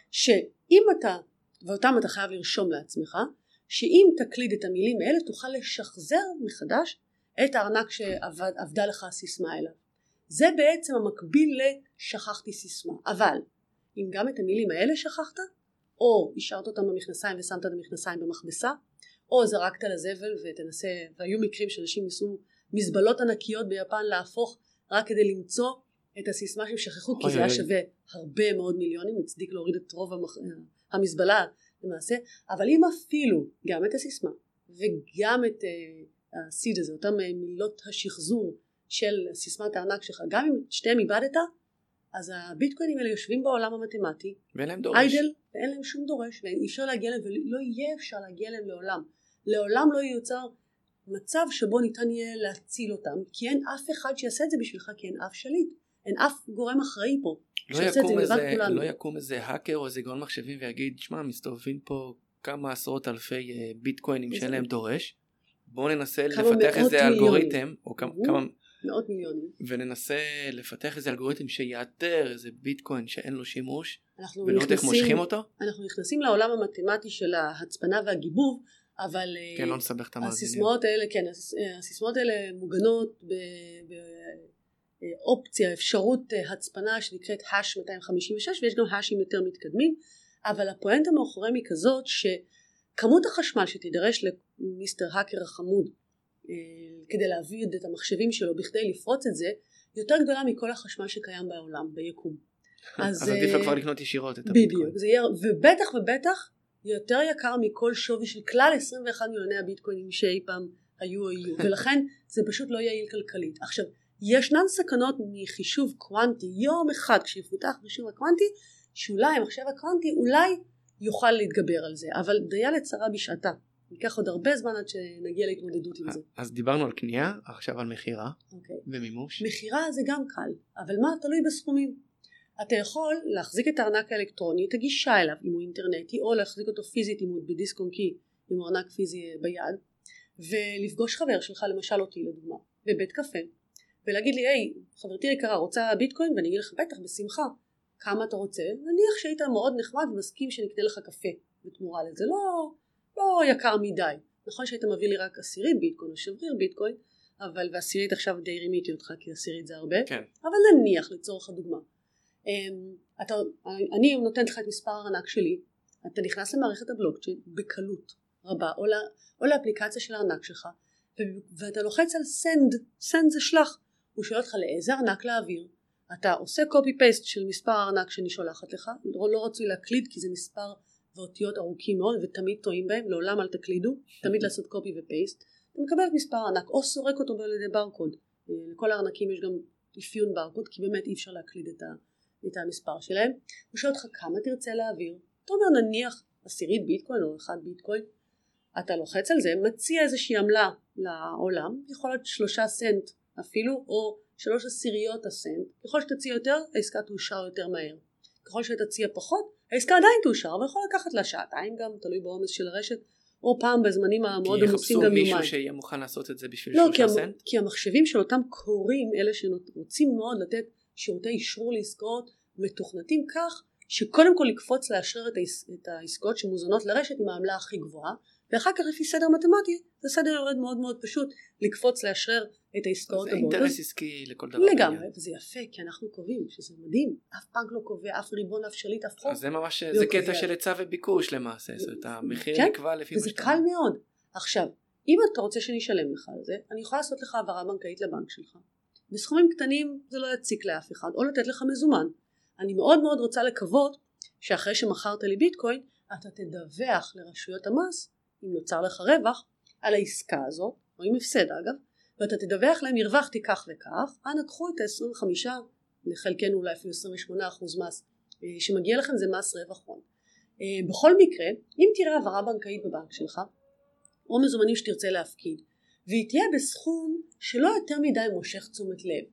שאם אתה, ואותם אתה חייב לרשום לעצמך, שאם תקליד את המילים האלה תוכל לשחזר מחדש את הארנק שעבדה לך הסיסמה אליו. זה בעצם המקביל לשכחתי סיסמה. אבל אם גם את המילים האלה שכחת, או השארת אותם במכנסיים ושמת את המכנסיים במכבסה, או זרקת לזבל ותנסה, והיו מקרים שאנשים ניסו מזבלות ענקיות ביפן להפוך רק כדי למצוא את הסיסמה שהם שכחו, כי זה היה שווה הרבה מאוד מיליונים, הצדיק להוריד את רוב המזבלה למעשה. אבל אם אפילו גם את הסיסמה וגם את הסיד הזה, אותם מילות השחזור של סיסמת הארנק שלך, גם אם שתיהם איבדת, אז הביטקוינים האלה יושבים בעולם המתמטי,
ואין להם דורש.
איידל, ואין להם שום דורש, ואי אפשר להגיע להם, ולא יהיה אפשר להגיע להם לעולם. לעולם לא ייוצר מצב שבו ניתן יהיה להציל אותם, כי אין אף אחד שיעשה את זה בשבילך, כי אין אף שליט. אין אף גורם אחראי פה.
לא יקום איזה האקר או איזה גאון מחשבים ויגיד, שמע, מסתובבים פה כמה עשרות אלפי ביטקוינים שאין להם דורש, בואו ננסה לפתח איזה אלגוריתם, או כמה
מאות מיליונים,
וננסה לפתח איזה אלגוריתם שיאתר איזה ביטקוין שאין לו שימוש, ולראות איך מושכים אותו.
אנחנו נכנסים לעולם המתמטי של ההצפנה והגיבוב, אבל
כן, לא נסבך את המאזינים.
הסיסמאות האלה מוגנות באופציה, אפשרות הצפנה שנקראת hash 256, ויש גם hashים יותר מתקדמים, אבל הפואנטה מאחוריהם היא כזאת שכמות החשמל שתידרש למיסטר האקר החמוד כדי להביא את המחשבים שלו בכדי לפרוץ את זה, יותר גדולה מכל החשמל שקיים בעולם, ביקום.
אז עדיף לו כבר לקנות ישירות את הביטקוין.
בדיוק, ובטח יותר יקר מכל שווי של כלל 21 מיליוני הביטקוינים שאי פעם היו או יהיו, ולכן זה פשוט לא יעיל כלכלית. עכשיו, ישנן סכנות מחישוב קוונטי, יום אחד כשיפותח חישוב הקוונטי, שאולי המחשב הקוונטי אולי יוכל להתגבר על זה, אבל דיה לצרה בשעתה. ייקח עוד הרבה זמן עד שנגיע להתמודדות עם זה.
אז דיברנו על קנייה, עכשיו על מחירה ומימוש.
מחירה זה גם קל, אבל מה? תלוי בסכומים. אתה יכול להחזיק את הארנק האלקטרוני, את הגישה אליו אם הוא אינטרנטי, או להחזיק אותו פיזית אם הוא בדיסק און קי, אם הוא ארנק פיזי ביד, ולפגוש חבר שלך, למשל אותי לדוגמה, בבית קפה, ולהגיד לי, היי, חברתי היקרה, רוצה ביטקוין? ואני אגיד לך, בטח, בשמחה. כמה אתה רוצה? נניח שהיית מאוד נחמד ומסכים שנקנה לך קפה בתמורה לזה. לא יקר מדי. נכון שהיית מביא לי רק 10 ביטקוין או שבריר ביטקוין, והעשירית עכשיו די רימיתי אותך, כי 10 זה הרבה. כן. אבל נניח לצורך הדוגמה. אני נותנת לך את מספר הארנק שלי, אתה נכנס למערכת הבלוקצ'יין בקלות רבה, או לאפליקציה של הארנק שלך, ואתה לוחץ על send זה שלח, הוא שואל אותך לאיזה ארנק להעביר, אתה עושה copy paste של מספר הארנק שאני שולחת לך, לא רצוי להקליד כי זה מספר ואותיות ארוכים מאוד ותמיד טועים בהם, לעולם אל תקלידו, תמיד לעשות copy ו-paste, אתה מקבל את מספר הארנק או סורק אותו על ידי ברקוד, לכל הארנקים יש גם אפיון ברקוד כי באמת אי אפשר להקליד את המספר שלהם, הוא שואל אותך כמה תרצה להעביר, אתה אומר נניח 10 ביטקוין או 1 ביטקוין, אתה לוחץ על זה, מציע איזושהי עמלה לעולם, יכול להיות 3 סנט אפילו, או 3 עשיריות הסנט, ככל שתציע יותר, העסקה תאושר יותר מהר, ככל שתציע פחות, העסקה עדיין תאושר, אבל יכול לקחת לה שעתיים גם, תלוי בעומס של הרשת, או פעם בזמנים המאוד עמוסים גם יומיים.
כי יחפשו מישהו שיהיה מוכן לעשות את זה בשביל 3 סנט?
כי המחשבים של אותם קוראים, אלה שרוצים מאוד לתת שירותי אישור לעסקאות, מתוכנתים כך, שקודם כל לקפוץ לאשרר את העסקאות שמוזנות לרשת עם העמלה הכי גבוהה, ואחר כך לפי סדר מתמטי, זה סדר יורד מאוד מאוד פשוט, לקפוץ לאשרר את העסקאות הבאות.
זה אינטרס עסקי לכל דבר.
לגמרי, וזה יפה, כי אנחנו קובעים, שזה מדהים, אף בנק לא קובע, אף ריבון, אף שליט, אף חוק.
אז זה ממש, זה קטע של היצע וביקוש למעשה, זאת אומרת, המחיר נקבע לפי מה שאתה.
וזה קל מאוד. עכשיו, אם אתה רוצה שאני אשלם לך על זה, אני יכולה לעשות לך העברה בנקאית לבנק שלך. בסכומים קטנים זה לא יציק לאף אחד, או לתת לך מזומן. אני מאוד מאוד רוצה לקוות שאחרי שמכרת לי ביטקוין, אתה תדווח לרשויות המס, אם נוצר לך רווח, על העסקה הזאת, או אם הפסד אגב, ואתה תדווח להם, הרווחתי כך וכך, אנא קחו את ה-25, לחלקנו אולי אפילו 28% מס, שמגיע לכם זה מס רווח הון. בכל מקרה, אם תראה העברה בנקאית בבנק שלך, או מזומנים שתרצה להפקיד, והיא תהיה בסכום שלא יותר מדי מושך תשומת לב,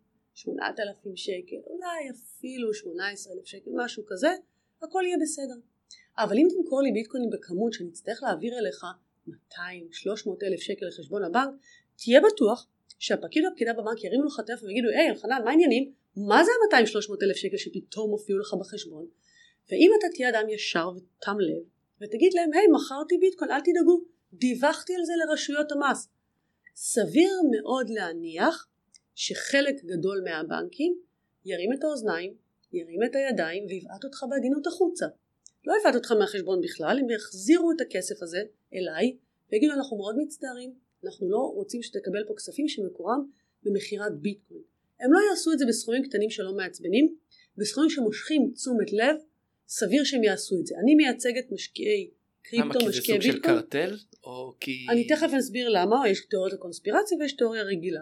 8,000 שקל, אולי אפילו 18,000 שקל, משהו כזה, הכל יהיה בסדר. אבל אם תמכור לי ביטקוינים בכמות שנצטרך להעביר אליך 200-300,000 שקל לחשבון הבנק, תהיה בטוח שהפקיד או הפקידה בבנק ירימו לך טלפון ויגידו, היי אלחנן, מה העניינים? מה זה ה-200-300,000 שקל שפתאום הופיעו לך בחשבון? ואם אתה תהיה אדם ישר ותם לב, ותגיד להם, היי, מכרתי ביטקוין, אל תדאגו, דיווחתי על זה לרשויות המס. סביר מאוד להניח שחלק גדול מהבנקים ירים את האוזניים, ירים את הידיים ויבעט אותך בעדינות החוצה. לא יבעט אותך מהחשבון בכלל, הם יחזירו את הכסף הזה אליי ויגידו, אנחנו מאוד מצטערים, אנחנו לא רוצים שתקבל פה כספים שמקורם במחירת ביטקוין. הם לא יעשו את זה בסכומים קטנים שלא מעצבנים, בסכומים שמושכים תשומת לב, סביר שהם יעשו את זה. אני מייצגת משקיעי קריפטו, משקיעי ביטקוין.
כי זה סוג של קרטל? או כי...
אני תכף אסביר למה, יש תיאוריות הקונספירציה ויש תיאוריה רגילה,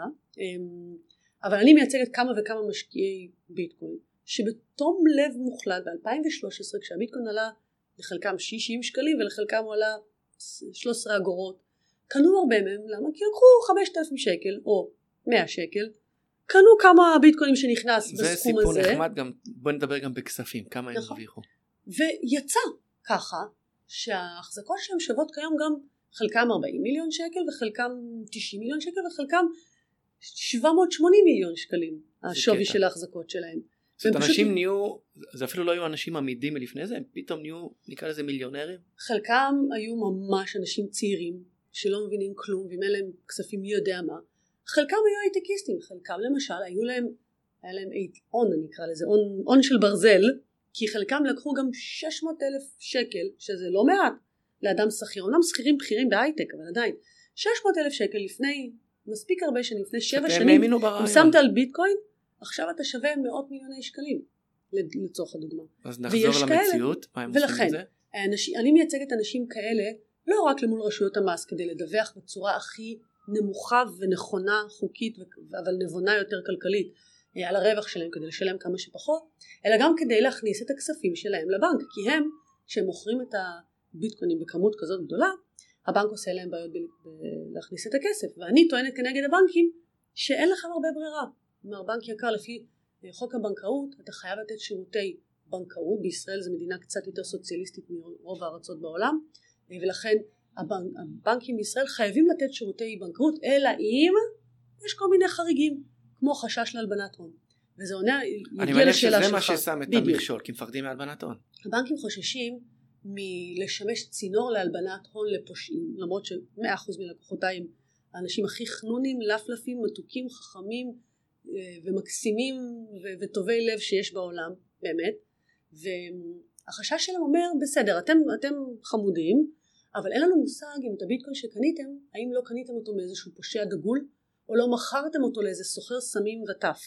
אבל אני מייצגת כמה וכמה משקיעי ביטקוין, שבתום לב מוחלט ב-2013, כשהביטקוין עלה לחלקם 60 שקלים ולחלקם הוא עלה 13 אגורות, קנו הרבה מהם, למה? כי לקחו 5,000 שקל או 100 שקל, קנו כמה ביטקוינים שנכנס בסכום הזה.
זה סיפור נחמד, גם בוא נדבר גם בכספים, כמה הם הרוויחו.
ויצא ככה שההחזקות שהן שוות כיום גם חלקם 40 מיליון שקל וחלקם 90 מיליון שקל וחלקם 780 מיליון שקלים השווי של ההחזקות שלהם.
זאת אנשים נהיו, זה אפילו לא היו אנשים עמידים מלפני זה, הם פתאום נהיו, נקרא לזה מיליונרים.
חלקם היו ממש אנשים צעירים שלא מבינים כלום ואם אין להם כספים מי יודע מה. חלקם היו הייטקיסטים, חלקם למשל היה להם הון, אני אקרא לזה, הון של ברזל, כי חלקם לקחו גם 600,000 שקל, שזה לא מעט לאדם שכיר, אומנם שכירים בכירים בהייטק, אבל עדיין, 600,000 שקל לפני, מספיק הרבה שנים, לפני 7 שנים, אם שמת על ביטקוין, עכשיו אתה שווה מאות מיליוני שקלים, לצורך הדוגמה.
אז נחזור למציאות, מה הם עושים את זה?
אני מייצגת אנשים כאלה, לא רק למול רשויות המס, כדי לדווח בצורה הכי נמוכה ונכונה, חוקית, אבל נבונה יותר כלכלית, על הרווח שלהם כדי לשלם כמה שפחות, אלא גם כדי להכניס את הכספים שלהם לבנק, כי הם, כשהם מוכרים את הביטקוינים בכמות כזאת גדולה, הבנק עושה להם בעיות להכניס את הכסף, ואני טוענת כנגד הבנקים שאין לכם הרבה ברירה. כלומר, בנק יקר לפי חוק הבנקאות, אתה חייב לתת שירותי בנקאות, בישראל זו מדינה קצת יותר סוציאליסטית מרוב הארצות בעולם, ולכן הבנקים בישראל חייבים לתת שירותי בנקאות, אלא אם יש כל מיני חריגים, כמו חשש להלבנת הון. וזה עונה,
אני מניח שזה מה ששם את המכשול, כי מפחדים מהלבנת הון.
הבנקים חוששים מלשמש צינור להלבנת הון לפושעים, למרות ש100% מלקוחותיי הם האנשים הכי חנונים, לפלפים, מתוקים, חכמים ומקסימים וטובי לב שיש בעולם, באמת. והחשש שלהם אומר, בסדר, אתם חמודים, אבל אין לנו מושג אם את הביטקוין שקניתם, האם לא קניתם אותו מאיזשהו פושע דגול, או לא מכרתם אותו לאיזה סוחר סמים וטף,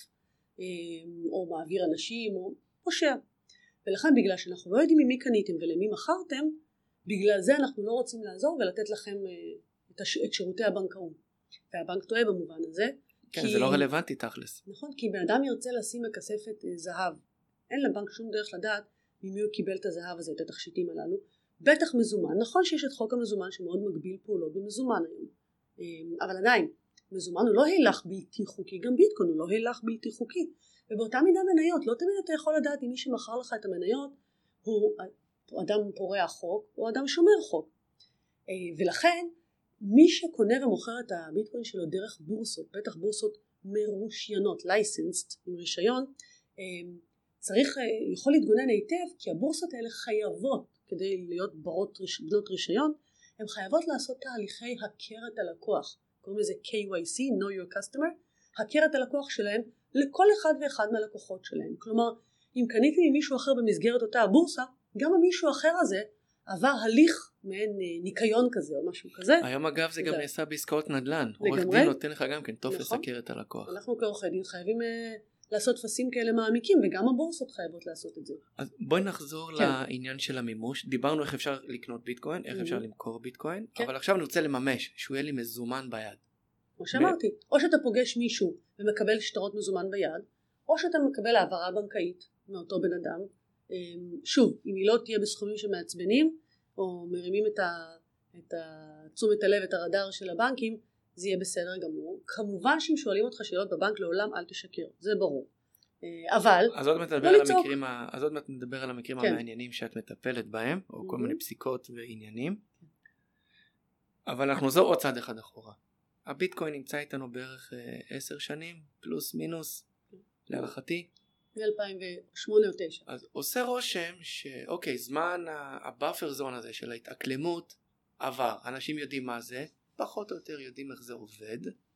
או מעביר אנשים, או פושע. ולכן בגלל שאנחנו לא יודעים ממי קניתם ולמי מכרתם, בגלל זה אנחנו לא רוצים לעזור ולתת לכם את שירותי הבנקאות. והבנק טועה במובן הזה.
כן, זה לא רלוונטי תכלס.
נכון, כי בן אדם ירצה לשים בכספת זהב. אין לבנק שום דרך לדעת ממי הוא קיבל את הזהב הזה, את התכשיטים הללו. בטח מזומן. נכון שיש את חוק המזומן שמאוד מגביל פעולות במזומן היום. אבל עדיין, מזומן הוא לא הילך בלתי חוקי, גם ביטקוין הוא לא הילך בלתי חוקי. ובאותה מידה מניות, לא תמיד אתה יכול לדעת אם מי שמכר לך את המניות הוא אדם פורע חוק או אדם שומר חוק. ולכן מי שקונה ומוכר את הביטקוין שלו דרך בורסות, בטח בורסות מרושיינות, licensed עם רישיון, יכול להתגונן היטב, כי הבורסות האלה חייבות, כדי להיות בנות רישיון, הן חייבות לעשות תהליכי הכר את הלקוח, קוראים לזה KYC, Know Your Customer, הכר את הלקוח שלהם לכל אחד ואחד מהלקוחות שלהם. כלומר, אם קניתי ממישהו אחר במסגרת אותה הבורסה, גם המישהו האחר הזה עבר הליך מעין ניקיון כזה או משהו כזה.
היום אגב זה גם נעשה בעסקאות נדל"ן. עורך דין נותן לך גם כן טופס הכר את הלקוח.
אנחנו כעורכי דין חייבים לעשות טפסים כאלה מעמיקים, וגם הבורסות חייבות לעשות את זה.
אז בואי נחזור לעניין של המימוש. דיברנו איך אפשר לקנות ביטקוין, איך אפשר למכור ביטקוין, אבל עכשיו אני רוצה לממש, שהוא יהיה לי מזומן ביד.
כמו שאמרתי, או שאתה פוגש מישהו ומקבל שטרות מזומן ביד, או שאתה מקבל העברה בנקאית מאותו בן אדם. שוב, אם היא לא תהיה בסכומים שמעצבנים, או מרימים את תשומת הלב, את הרדאר של הבנקים, זה יהיה בסדר גמור. כמובן שאם שואלים אותך שאלות בבנק, לעולם אל תשקר, זה ברור. אבל
אז עוד מעט נדבר על המקרים המעניינים שאת מטפלת בהם, או כל מיני פסיקות ועניינים. אבל אנחנו נחזור עוד צעד אחד אחורה. הביטקוין נמצא איתנו בערך 10 שנים, פלוס מינוס, להערכתי.
מ-2008 או 2009.
אז עושה רושם שאוקיי, זמן הבאפר זון הזה של ההתאקלמות עבר. אנשים יודעים מה זה, פחות או יותר יודעים איך זה עובד.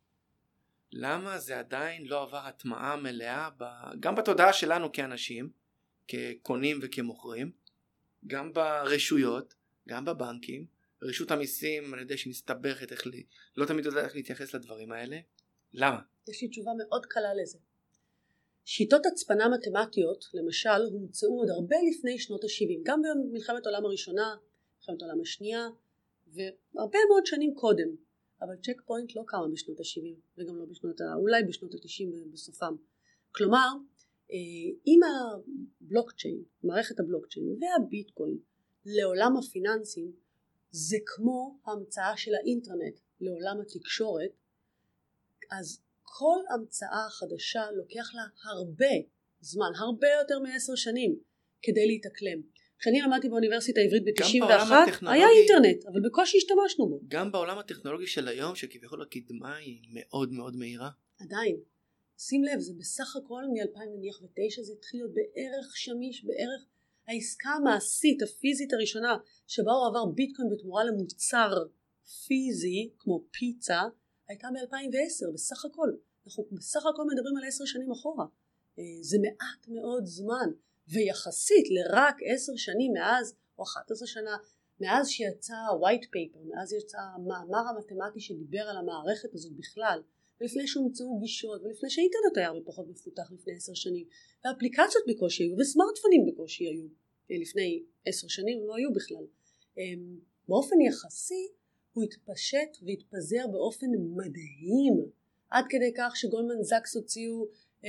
למה זה עדיין לא עבר הטמעה מלאה, גם בתודעה שלנו כאנשים, כקונים וכמוכרים, גם ברשויות, גם בבנקים, רשות המיסים, אני יודע שהיא מסתבכת, לא תמיד יודעת איך להתייחס לדברים האלה. למה?
יש לי תשובה מאוד קלה לזה. שיטות הצפנה מתמטיות, למשל, הומצאו עוד הרבה לפני שנות ה-70, גם במלחמת העולם הראשונה, מלחמת העולם השנייה, והרבה מאוד שנים קודם. אבל צ'ק פוינט לא קמה בשנות ה-70, וגם לא אולי בשנות ה-90 בסופם. כלומר, אם הבלוקצ'יין, מערכת הבלוקצ'יין והביטקוין לעולם הפיננסים, זה כמו המצאה של האינטרנט לעולם התקשורת, אז כל המצאה חדשה לוקח לה הרבה זמן, הרבה יותר מ10 שנים כדי להתאקלם. כשאני למדתי באוניברסיטה העברית ב-91 היה אינטרנט, אבל בקושי השתמשנו בו.
גם בעולם הטכנולוגי של היום, שכביכול הקדמה היא מאוד מאוד מהירה.
עדיין. שים לב, זה בסך הכל מ-2009 זה התחיל להיות בערך שמיש, בערך העסקה המעשית, הפיזית הראשונה, שבה הוא עבר ביטקוין בתמורה למוצר פיזי, כמו פיצה, הייתה ב-2010, בסך הכל. אנחנו בסך הכל מדברים על 10 שנים אחורה. זה מעט מאוד זמן, ויחסית לרק 10 שנים מאז, או 11 שנה, מאז שיצא white paper, מאז יצא המאמר המתמטי שדיבר על המערכת הזאת בכלל, ולפני שהומצאו גישות, ולפני שהאינטרנט היה הרבה פחות מפותח לפני 10 שנים, ואפליקציות בקושי היו, וסמארטפונים בקושי היו, לפני 10 שנים הם לא היו בכלל. באופן יחסי הוא התפשט והתפזר באופן מדהים, עד כדי כך שגולדמן זאקס הוציאו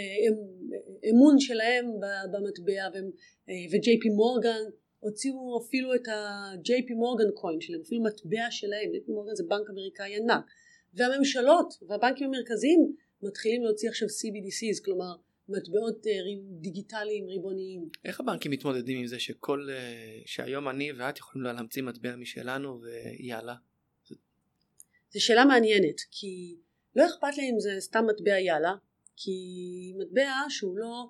אמון שלהם במטבע, וג'יי פי מורגן הוציאו אפילו את הג'יי פי מורגן קוין שלהם, אפילו מטבע שלהם. ג'יי פי מורגן זה בנק אמריקאי ענק, והממשלות והבנקים המרכזיים מתחילים להוציא עכשיו CBDCs, כלומר מטבעות דיגיטליים ריבוניים.
איך הבנקים מתמודדים עם זה שהיום אני ואת יכולים להמציא מטבע משלנו ויאללה?
זו שאלה מעניינת, כי לא אכפת לי אם זה סתם מטבע יאללה, כי מטבע שהוא לא,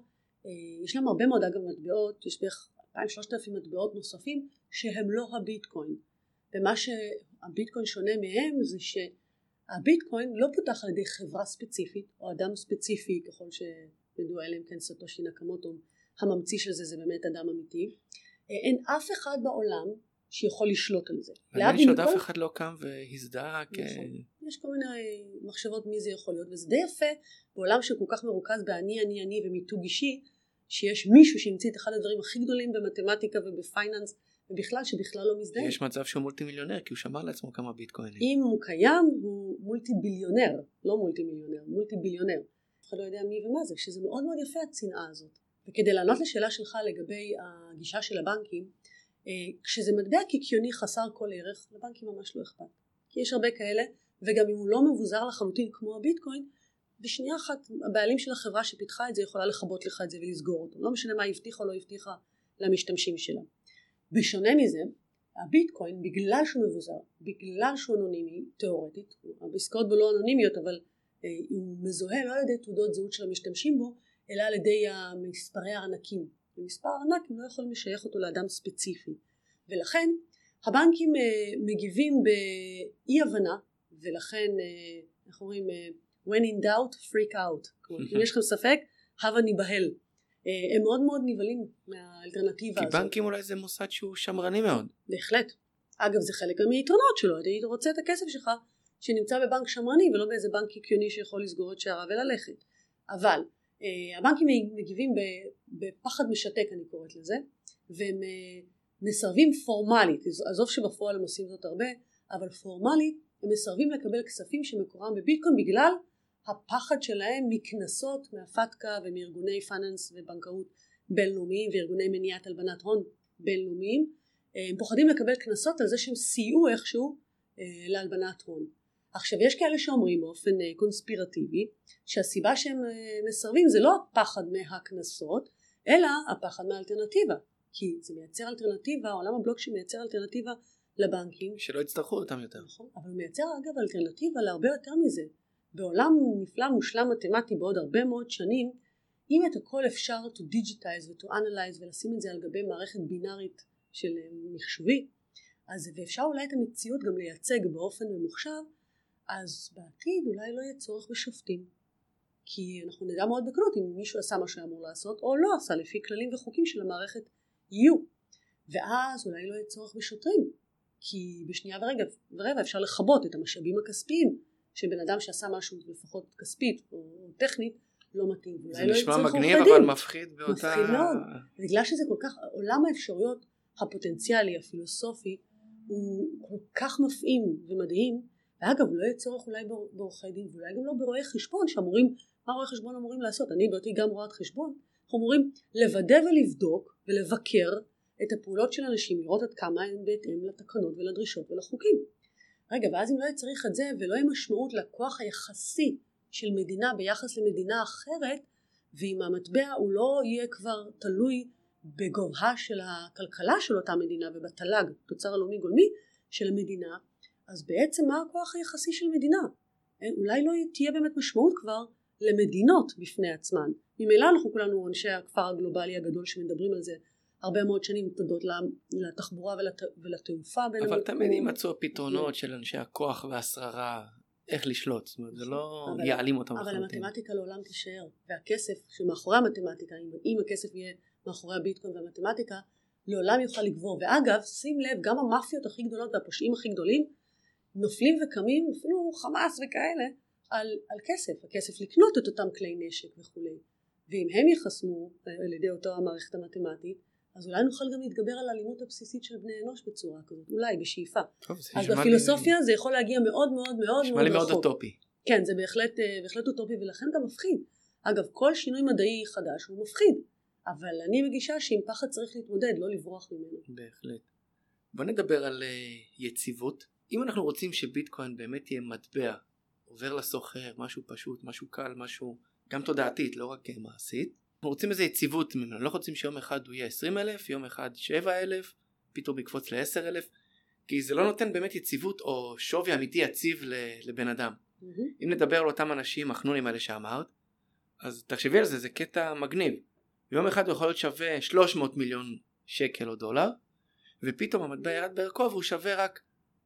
יש להם הרבה מאוד אגב מטבעות, יש בערך 2,000-3,000 מטבעות נוספים שהם לא הביטקוין. ומה שהביטקוין שונה מהם זה שהביטקוין לא פותח על ידי חברה ספציפית או אדם ספציפי, ככל שידוע אליהם כן סטושי נקמוטו, הממציא של זה באמת אדם אמיתי. אין אף אחד בעולם שיכול לשלוט על זה.
יש עוד אף אחד לא קם והזדהה
יש כל מיני מחשבות מי זה יכול להיות, וזה די יפה בעולם שכל כך מרוכז אני ומיתוג אישי, שיש מישהו שהמציא את אחד הדברים הכי גדולים במתמטיקה ובפייננס ובכלל שבכלל לא מזדהה.
יש מצב שהוא מולטי מיליונר כי הוא שמר לעצמו כמה ביטקוינים.
אם הוא קיים הוא מולטי ביליונר, לא מולטי מיליונר, מולטי ביליונר. אף אחד לא יודע מי ומה זה, שזה מאוד מאוד יפה הצנעה הזאת. וכדי לענות לשאלה שלך לגבי הגישה של הבנקים, כשזה מטבע קיקיוני חסר כל ערך, לבנקים ממש לא אכפת. כי יש הרבה כאלה, וגם אם הוא לא מבוזר לחלוטין כמו הביטקוין, בשנייה אחת הבעלים של החברה שפיתחה את זה יכולה לחבות לך את זה ולסגור אותו. לא משנה מה הבטיחה או לא הבטיחה למשתמשים שלה. בשונה מזה, הביטקוין בגלל שהוא מבוזר, בגלל שהוא אנונימי, תיאורטית, העסקאות בו לא אנונימיות, אבל הוא מזוהה לא על ידי תעודות זהות של המשתמשים בו, אלא על ידי מספרי הארנקים. ומספר הארנק הם לא יכולים לשייך אותו לאדם ספציפי. ולכן הבנקים מגיבים באי הבנה, ולכן אנחנו אומרים when in doubt freak out. אם יש לכם ספק, הבה ניבהל. הם מאוד מאוד נבהלים מהאלטרנטיבה הזאת.
כי בנקים אולי זה מוסד שהוא שמרני מאוד.
בהחלט. אגב זה חלק מהיתרונות שלו. אתה רוצה את הכסף שלך שנמצא בבנק שמרני ולא באיזה בנק קיקיוני שיכול לסגור את שערה וללכת. אבל הבנקים מגיבים בפחד משתק אני קוראת לזה, והם מסרבים פורמלית, עזוב שבפועל הם עושים זאת הרבה, אבל פורמלית הם מסרבים לקבל כספים שמקורם בביטקוין בגלל הפחד שלהם מכנסות מהפתקה ומארגוני פיננס ובנקאות בינלאומיים וארגוני מניעת הלבנת הון בינלאומיים. הם פוחדים לקבל כנסות על זה שהם סייעו איכשהו להלבנת הון. עכשיו יש כאלה שאומרים באופן קונספירטיבי שהסיבה שהם מסרבים זה לא הפחד מהכנסות אלא הפחד מהאלטרנטיבה, כי זה מייצר אלטרנטיבה, עולם הבלוקצ'יין מייצר אלטרנטיבה לבנקים
שלא יצטרכו אותם יותר.
נכון, אבל הוא מייצר אגב אלטרנטיבה להרבה יותר מזה. בעולם נפלא מושלם מתמטי בעוד הרבה מאוד שנים, אם את הכל אפשר to digitize ו-to analyze ולשים את זה על גבי מערכת בינארית של מחשובי, אז ואפשר אולי את המציאות גם לייצג באופן ממוחשב, אז בעתיד אולי לא יהיה צורך בשופטים. כי אנחנו נדע מאוד בקלות אם מישהו עשה מה שאמור לעשות או לא עשה לפי כללים וחוקים של המערכת יהיו. ואז אולי לא יהיה צורך בשוטרים. כי בשנייה ורבע אפשר לחבות את המשאבים הכספיים שבן אדם שעשה משהו לפחות כספית או טכנית לא מתאים.
זה נשמע מגניב אבל מפחיד באותה...
מפחיד מאוד. בגלל שזה כל כך, עולם האפשרויות הפוטנציאלי הפילוסופי הוא כל כך מפעים ומדהים, ואגב לא יהיה צורך אולי בעורכי דין ואולי גם לא ברואי חשבון שאמורים, מה רואי חשבון אמורים לעשות? אני באותי גם רואת חשבון, אנחנו אמורים לוודא ולבדוק ולבקר את הפעולות של אנשים, לראות עד כמה הם בהתאם לתקנות ולדרישות ולחוקים. רגע, ואז אם לא יהיה צריך את זה ולא יהיה משמעות לכוח היחסי של מדינה ביחס למדינה אחרת, ואם המטבע הוא לא יהיה כבר תלוי בגובהה של הכלכלה של אותה מדינה ובתל"ג, תוצר הלאומי גולמי של המדינה, אז בעצם מה הכוח היחסי של מדינה? אולי לא תהיה באמת משמעות כבר למדינות בפני עצמן. ממילא אנחנו כולנו אנשי הכפר הגלובלי הגדול שמדברים על זה הרבה מאוד שנים, תודות לתחבורה ולתעופה.
אבל תמיד יימצאו פתרונות של אנשי הכוח והשררה, איך לשלוט, זאת אומרת, זה לא יעלים אותם.
אבל המתמטיקה לעולם תישאר, והכסף שמאחורי המתמטיקה, אם הכסף יהיה מאחורי הביטקוין והמתמטיקה, לעולם יוכל לגבור. ואגב, שים לב, גם המאפיות הכי גדולות והפושעים הכי גדולים, נופלים וקמים, אפילו חמאס וכאלה, על כסף, הכסף לקנות את אותם כלי נשק וכו'. ואם הם יחסמו על ידי אותו המערכת המתמטית, אז אולי נוכל גם להתגבר על האלימות הבסיסית של בני אנוש בצורה כזאת, אולי בשאיפה. אז בפילוסופיה זה יכול להגיע מאוד מאוד מאוד
מאוד מאוד אוטופי.
כן, זה בהחלט אוטופי ולכן גם מפחיד. אגב, כל שינוי מדעי חדש הוא מפחיד, אבל אני מגישה שעם פחד צריך להתמודד, לא לברוח ממנו.
בהחלט. בוא נדבר על יציבות. אם אנחנו רוצים שביטקוין באמת יהיה מטבע, עובר לסוחר, משהו פשוט, משהו קל, משהו גם תודעתית, לא רק מעשית, אנחנו רוצים איזו יציבות ממנו, לא רוצים שיום אחד הוא יהיה 20,000, יום אחד 7,000, פתאום יקפוץ ל10,000, כי זה לא נותן באמת יציבות או שווי אמיתי יציב לבן אדם. אם נדבר על אותם אנשים, החנונים האלה שאמרת, אז תחשבי על זה, זה קטע מגניב. יום אחד הוא יכול להיות שווה 300 מיליון שקל או דולר, ופתאום המטבע ירד בערכו והוא שווה רק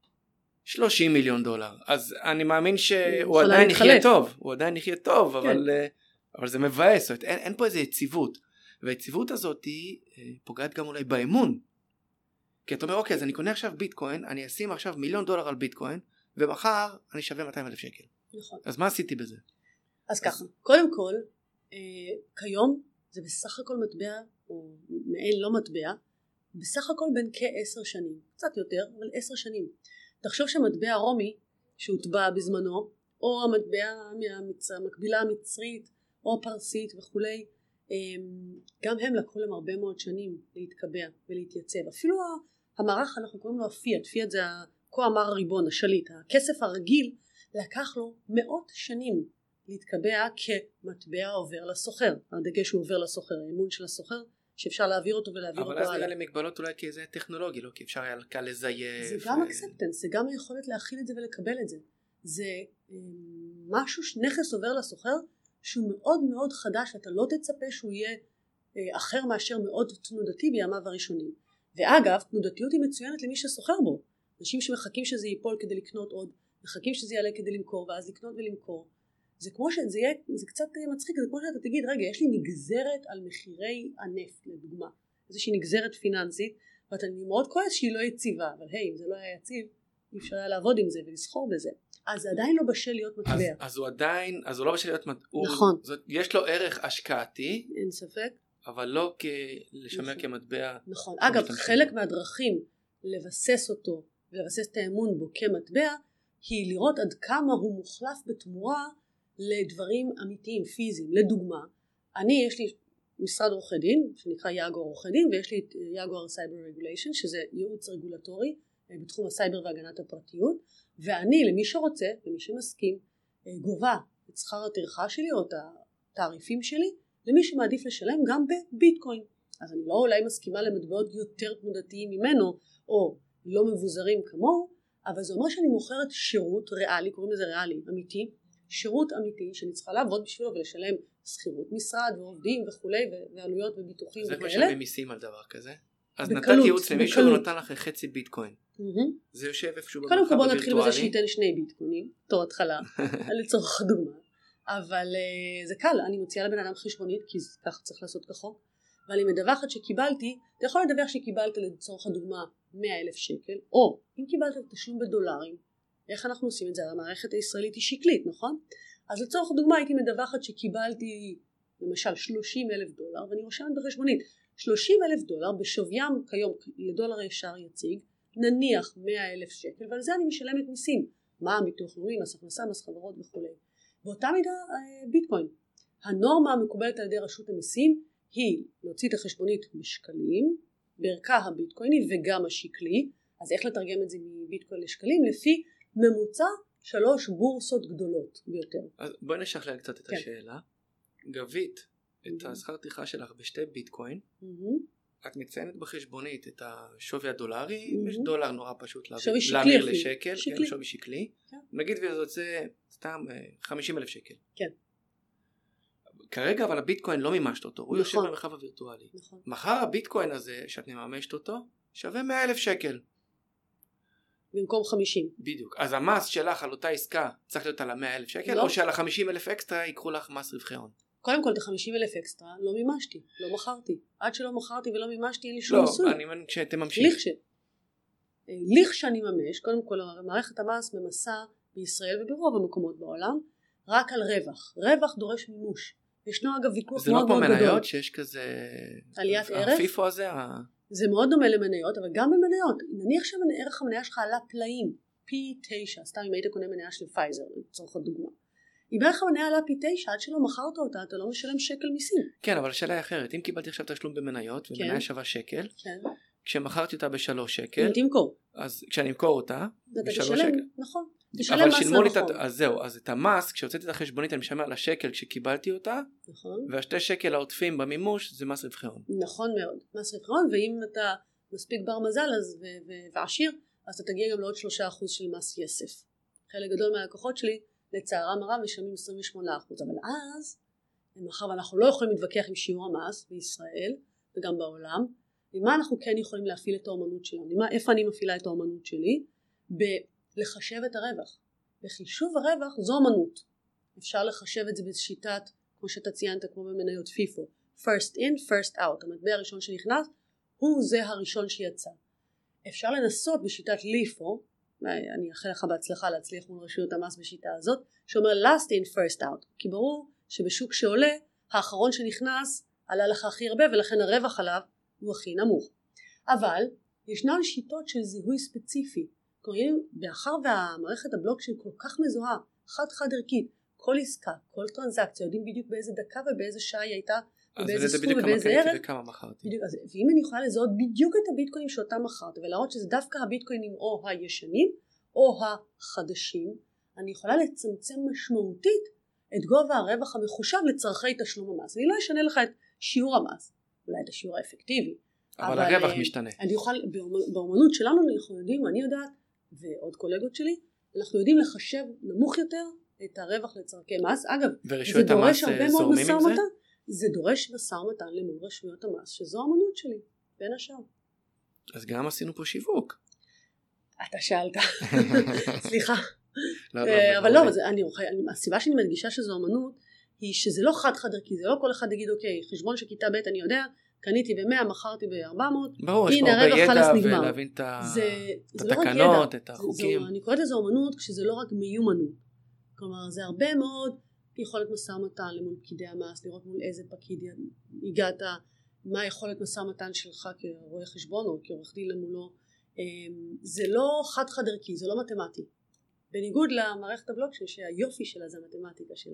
30 מיליון דולר. אז אני מאמין שהוא עדיין יחיה טוב, הוא עדיין יחיה טוב, אבל זה מבאס, זאת אומרת, אין פה איזו יציבות, והיציבות הזאת היא פוגעת גם אולי באמון, כי אתה אומר, אוקיי, אז אני קונה עכשיו ביטקוין, אני אשים עכשיו $1,000,000 על ביטקוין, ומחר אני שווה 200,000 שקל.
נכון.
אז מה עשיתי בזה?
אז ככה, קודם כל, כיום זה בסך הכל מטבע, או מעין לא מטבע, בסך הכל בין כ10 שנים, קצת יותר, אבל 10 שנים. תחשוב שהמטבע הרומי, שהוטבע בזמנו, או המטבע המקבילה המצרית, או הפרסית וכולי, גם הם לקחו להם הרבה מאוד שנים להתקבע ולהתייצב. אפילו המערך, אנחנו קוראים לו הפיאט, פיאט זה כה אמר הריבון, השליט, הכסף הרגיל, לקח לו מאות שנים להתקבע כמטבע עובר לסוחר. הדגש הוא עובר לסוחר, האמון של הסוחר, שאפשר להעביר אותו ולהעביר אותו.
אבל אז נראה לי מגבלות אולי כי זה טכנולוגי, לא? כי אפשר היה קל לזייף.
זה גם אקספטנס, זה גם היכולת להכיל את זה ולקבל את זה. זה משהו, נכס עובר לסוחר, שהוא מאוד מאוד חדש, אתה לא תצפה שהוא יהיה אחר מאשר מאוד תנודתי בימיו הראשונים. ואגב, תנודתיות היא מצוינת למי שסוחר בו. אנשים שמחכים שזה ייפול כדי לקנות עוד, מחכים שזה יעלה כדי למכור, ואז לקנות ולמכור. זה כמו שזה יהיה, זה קצת מצחיק, זה כמו שאתה תגיד, רגע, יש לי נגזרת על מחירי הנפט, לדוגמה. איזושהי נגזרת פיננסית, ואתה מאוד כועס שהיא לא יציבה, אבל היי, אם זה לא היה יציב, אי אפשר היה לעבוד עם זה ולסחור בזה. אז זה עדיין לא בשל להיות מטבע.
אז הוא לא בשל להיות מטבע.
נכון.
יש לו ערך השקעתי.
אין ספק.
אבל לא לשמר כמטבע.
נכון. אגב, חלק מהדרכים לבסס אותו, ולבסס את האמון בו כמטבע, היא לראות עד כמה הוא מוחלף בתמורה לדברים אמיתיים, פיזיים. לדוגמה, יש לי משרד עורכי דין, שנקרא יאגואר עורכי דין, ויש לי את יאגואר סייבר רגוליישן, שזה ייעוץ רגולטורי בתחום הסייבר והגנת הפרטיות, ואני, למי שרוצה, למי שמסכים, גובה את שכר הטרחה שלי או את התעריפים שלי, למי שמעדיף לשלם גם בביטקוין. אז אני לא אולי מסכימה למטבעות יותר תנודתיים ממנו, או לא מבוזרים כמוהו, אבל זה אומר שאני מוכרת שירות ריאלי, קוראים לזה ריאלי, אמיתי, שירות אמיתי שאני צריכה לעבוד בשבילו ולשלם שכירות משרד ועובדים וכולי, ועלויות וביטוחים וכאלה.
אז איך משלמים מיסים על דבר כזה? אז נתת ייעוץ למישהו ונתן לך חצי ביטקוין. זה יושב איפשהו במרחב הווירטואלי.
קודם כל בוא נתחיל בזה שייתן 2 ביטקוינים, תור התחלה, לצורך הדוגמה. אבל זה קל, אני מוציאה לבן אדם חשבונית, כי ככה צריך לעשות כחוק, ואני מדווחת שקיבלתי, אתה יכול לדווח שקיבלת לצורך הדוגמה 100,000 שקל, או אם קיבלת תשלום בדולרים, איך אנחנו עושים את זה? המערכת הישראלית היא שקלית, נכון? אז לצורך הדוגמה הייתי מדווחת שקיבלתי למשל $30,000, ואני רושמת בחשבונית, $30,000 בשוויים כיום לדולר ישר יציג, נניח 100,000 שקל, ועל זה אני משלמת מיסים, מה, ביטוח לאומי, מס הכנסה, מס חברות וכו'. באותה מידה ביטקוין. הנורמה המקובלת על ידי רשות המיסים היא להוציא את החשבונית בשקלים, בערכה הביטקויני וגם השקלי. אז איך לתרגם את זה מביטקוין לשקלים? לפי ממוצע 3 בורסות גדולות ביותר.
אז בואי נשכלל קצת את השאלה. גבית את השכר טרחה שלך בשתי ביטקוין, את מציינת בחשבונית את השווי הדולרי, יש דולר נורא פשוט להמיר לשקל, שווי שקלי, נגיד וזה יוצא סתם 50,000 שקל.
כן.
כרגע אבל הביטקוין לא מימשת אותו, הוא יושב במרחב הווירטואלי. מחר הביטקוין הזה שאת מממשת אותו שווה 100,000 שקל.
במקום 50.
בדיוק. אז המס שלך על אותה עסקה צריך להיות על 100,000 שקל, או שעל 50,000 אקסטרה ייקחו לך מס רווחי הון.
קודם כל את 50,000 אקסטרה לא מימשתי, לא מכרתי. עד שלא מכרתי ולא מימשתי אין לי שום מיסוי.
לא, אני אומר כשאתם ממשיכים.
לכשאני ממש, קודם כל מערכת המס ממסה בישראל וברוב המקומות בעולם, רק על רווח. רווח דורש מימוש. ישנו אגב ויכוח מאוד מאוד גדול.
זה לא כמו מניות שיש כזה...
עליית ערך?
הפיפו הזה?
זה מאוד דומה למניות, אבל גם במניות. נניח שערך המניה שלך עלה פלאים, פי 9, סתם אם היית קונה מניה של פייזר, לצורך הדוגמה. אם ערך המניה עלה פי 9, עד שלא מכרת אותה, אתה לא משלם שקל מיסים.
כן, אבל השאלה היא אחרת. אם קיבלתי עכשיו תשלום במניות, ומניה שווה שקל, כשמכרתי אותה ב3 שקל,
אם תמכור.
אז כשאני אמכור אותה, ב3 שקל.
נכון.
אבל שילמו לי, אז זהו, אז את המס, כשהוצאתי את החשבונית, אני משלם על השקל כשקיבלתי אותה, וה2 שקל העוטפים במימוש, זה מס רווחי הון.
נכון מאוד, מס רווחי הון, ואם אתה מספיק בר מזל ועשיר, אז אתה תגיע גם לעוד 3% של מס יסף. חלק גדול מהלקוחות שלי, לצערם הרב, משלמים 28%, אבל אז, מאחר ואנחנו לא יכולים להתווכח עם שיעור המס בישראל, וגם בעולם, ומה אנחנו כן יכולים להפעיל את האומנות שלנו? איפה אני מפעילה את האומנות שלי? לחשב את הרווח. בחישוב הרווח זו אמנות. אפשר לחשב את זה בשיטת, כמו שאתה ציינת, כמו במניות פיפו, first in, first out. המטבע הראשון שנכנס, הוא זה הראשון שיצא. אפשר לנסות בשיטת ליפו, אני אאחל לך בהצלחה להצליח מול רשויות המס בשיטה הזאת, שאומר last in, first out. כי ברור שבשוק שעולה, האחרון שנכנס עלה לך הכי הרבה, ולכן הרווח עליו הוא הכי נמוך. אבל ישנן שיטות של זיהוי ספציפי. באחר והמערכת הבלוקצ'יין כל כך מזוהה, חד ערכית, כל עסקה, כל טרנזקציה, יודעים בדיוק באיזה דקה ובאיזה שעה היא הייתה, ובאיזה סכום ובאיזה ערך.
וכמה מכרתי.
ואם אני יכולה לזהות בדיוק את הביטקוינים שאותם מכרת, ולהראות שזה דווקא הביטקוינים או הישנים, או החדשים, אני יכולה לצמצם משמעותית את גובה הרווח המחושב לצרכי תשלום המס. אני לא אשנה לך את שיעור המס, אולי את השיעור האפקטיבי.
אבל הרווח משתנה.
אני אוכל, באמנות שלנו אנחנו יודעים, אני יודעת, ועוד קולגות שלי, אנחנו יודעים לחשב נמוך יותר את הרווח לצרכי מס. אגב, זה דורש הרבה מאוד משא ומתן. זה דורש משא ומתן למול רשויות המס, שזו האמנות שלי, בין השאר.
אז גם עשינו פה שיווק.
אתה שאלת. סליחה. אבל לא, הסיבה שאני מדגישה שזו אמנות, היא שזה לא חד ערכי, זה לא כל אחד יגיד, אוקיי, חשבון שכיתה ב' אני יודע, קניתי ב100, מכרתי ב400,
ברור, יש פה הרבה ידע ולהבין את התקנות, את החוקים.
אני קוראת לזה אומנות כשזה לא רק מיומנות. כלומר, זה הרבה מאוד יכולת משא ומתן למול פקידי המס, לראות מול איזה פקיד הגעת, מה יכולת משא ומתן שלך כרואה חשבון או כעורך דין למולו. זה לא חד ערכי, זה לא מתמטי. בניגוד למערכת הבלוקצ'יין שהיופי שלה זה המתמטיקה שלה.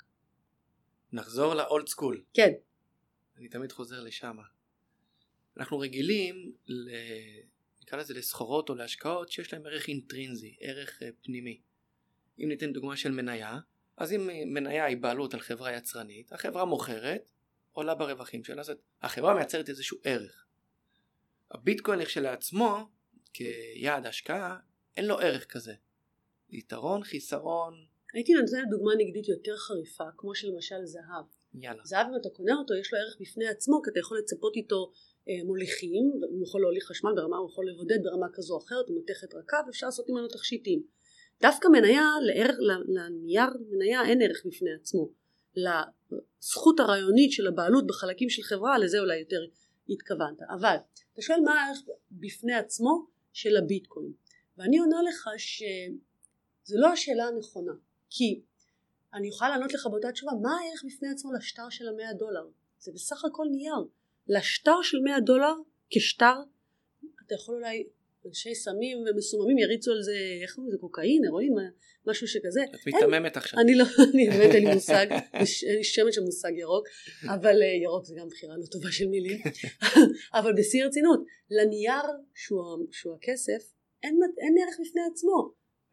נחזור לאולד סקול.
כן.
אני תמיד חוזר לשם. אנחנו רגילים, נקרא לזה לסחורות או להשקעות שיש להם ערך אינטרינזי, ערך פנימי. אם ניתן דוגמה של מניה, אז אם מניה היא בעלות על חברה יצרנית, החברה מוכרת, עולה ברווחים שלה, אז החברה מייצרת איזשהו ערך. הביטקוין כשלעצמו, כיעד השקעה, אין לו ערך כזה. יתרון, חיסרון. הייתי נותנת דוגמה נגדית יותר חריפה, כמו שלמשל זהב.
יאללה. זהב אם אתה קונה אותו יש לו ערך בפני עצמו, כי אתה יכול לצפות איתו מוליכים, הוא יכול להוליך חשמל ברמה, הוא יכול לבודד ברמה כזו או אחרת, הוא מתכת רכה ואפשר לעשות ממנו תכשיטים. דווקא מניה, לנייר מניה אין ערך בפני עצמו. לזכות הרעיונית של הבעלות בחלקים של חברה, לזה אולי יותר התכוונת. אבל אתה שואל מה הערך בפני עצמו של הביטקוין. ואני עונה לך שזה לא השאלה הנכונה. כי אני יכולה לענות לך באותה תשובה, מה הערך בפני עצמו לשטר של $100? זה בסך הכל נייר. לשטר של $100 כשטר, אתה יכול אולי, אנשי סמים ומסוממים יריצו על זה, איך אומרים, זה קוקאין, הרואין, משהו שכזה.
את מתממת עכשיו.
אני לא, אני באמת אין לי מושג, אני שמץ של מושג ירוק, אבל ירוק זה גם בחירה לא טובה של מילים. אבל בשיא רצינות, לנייר שהוא הכסף, אין ערך בפני עצמו.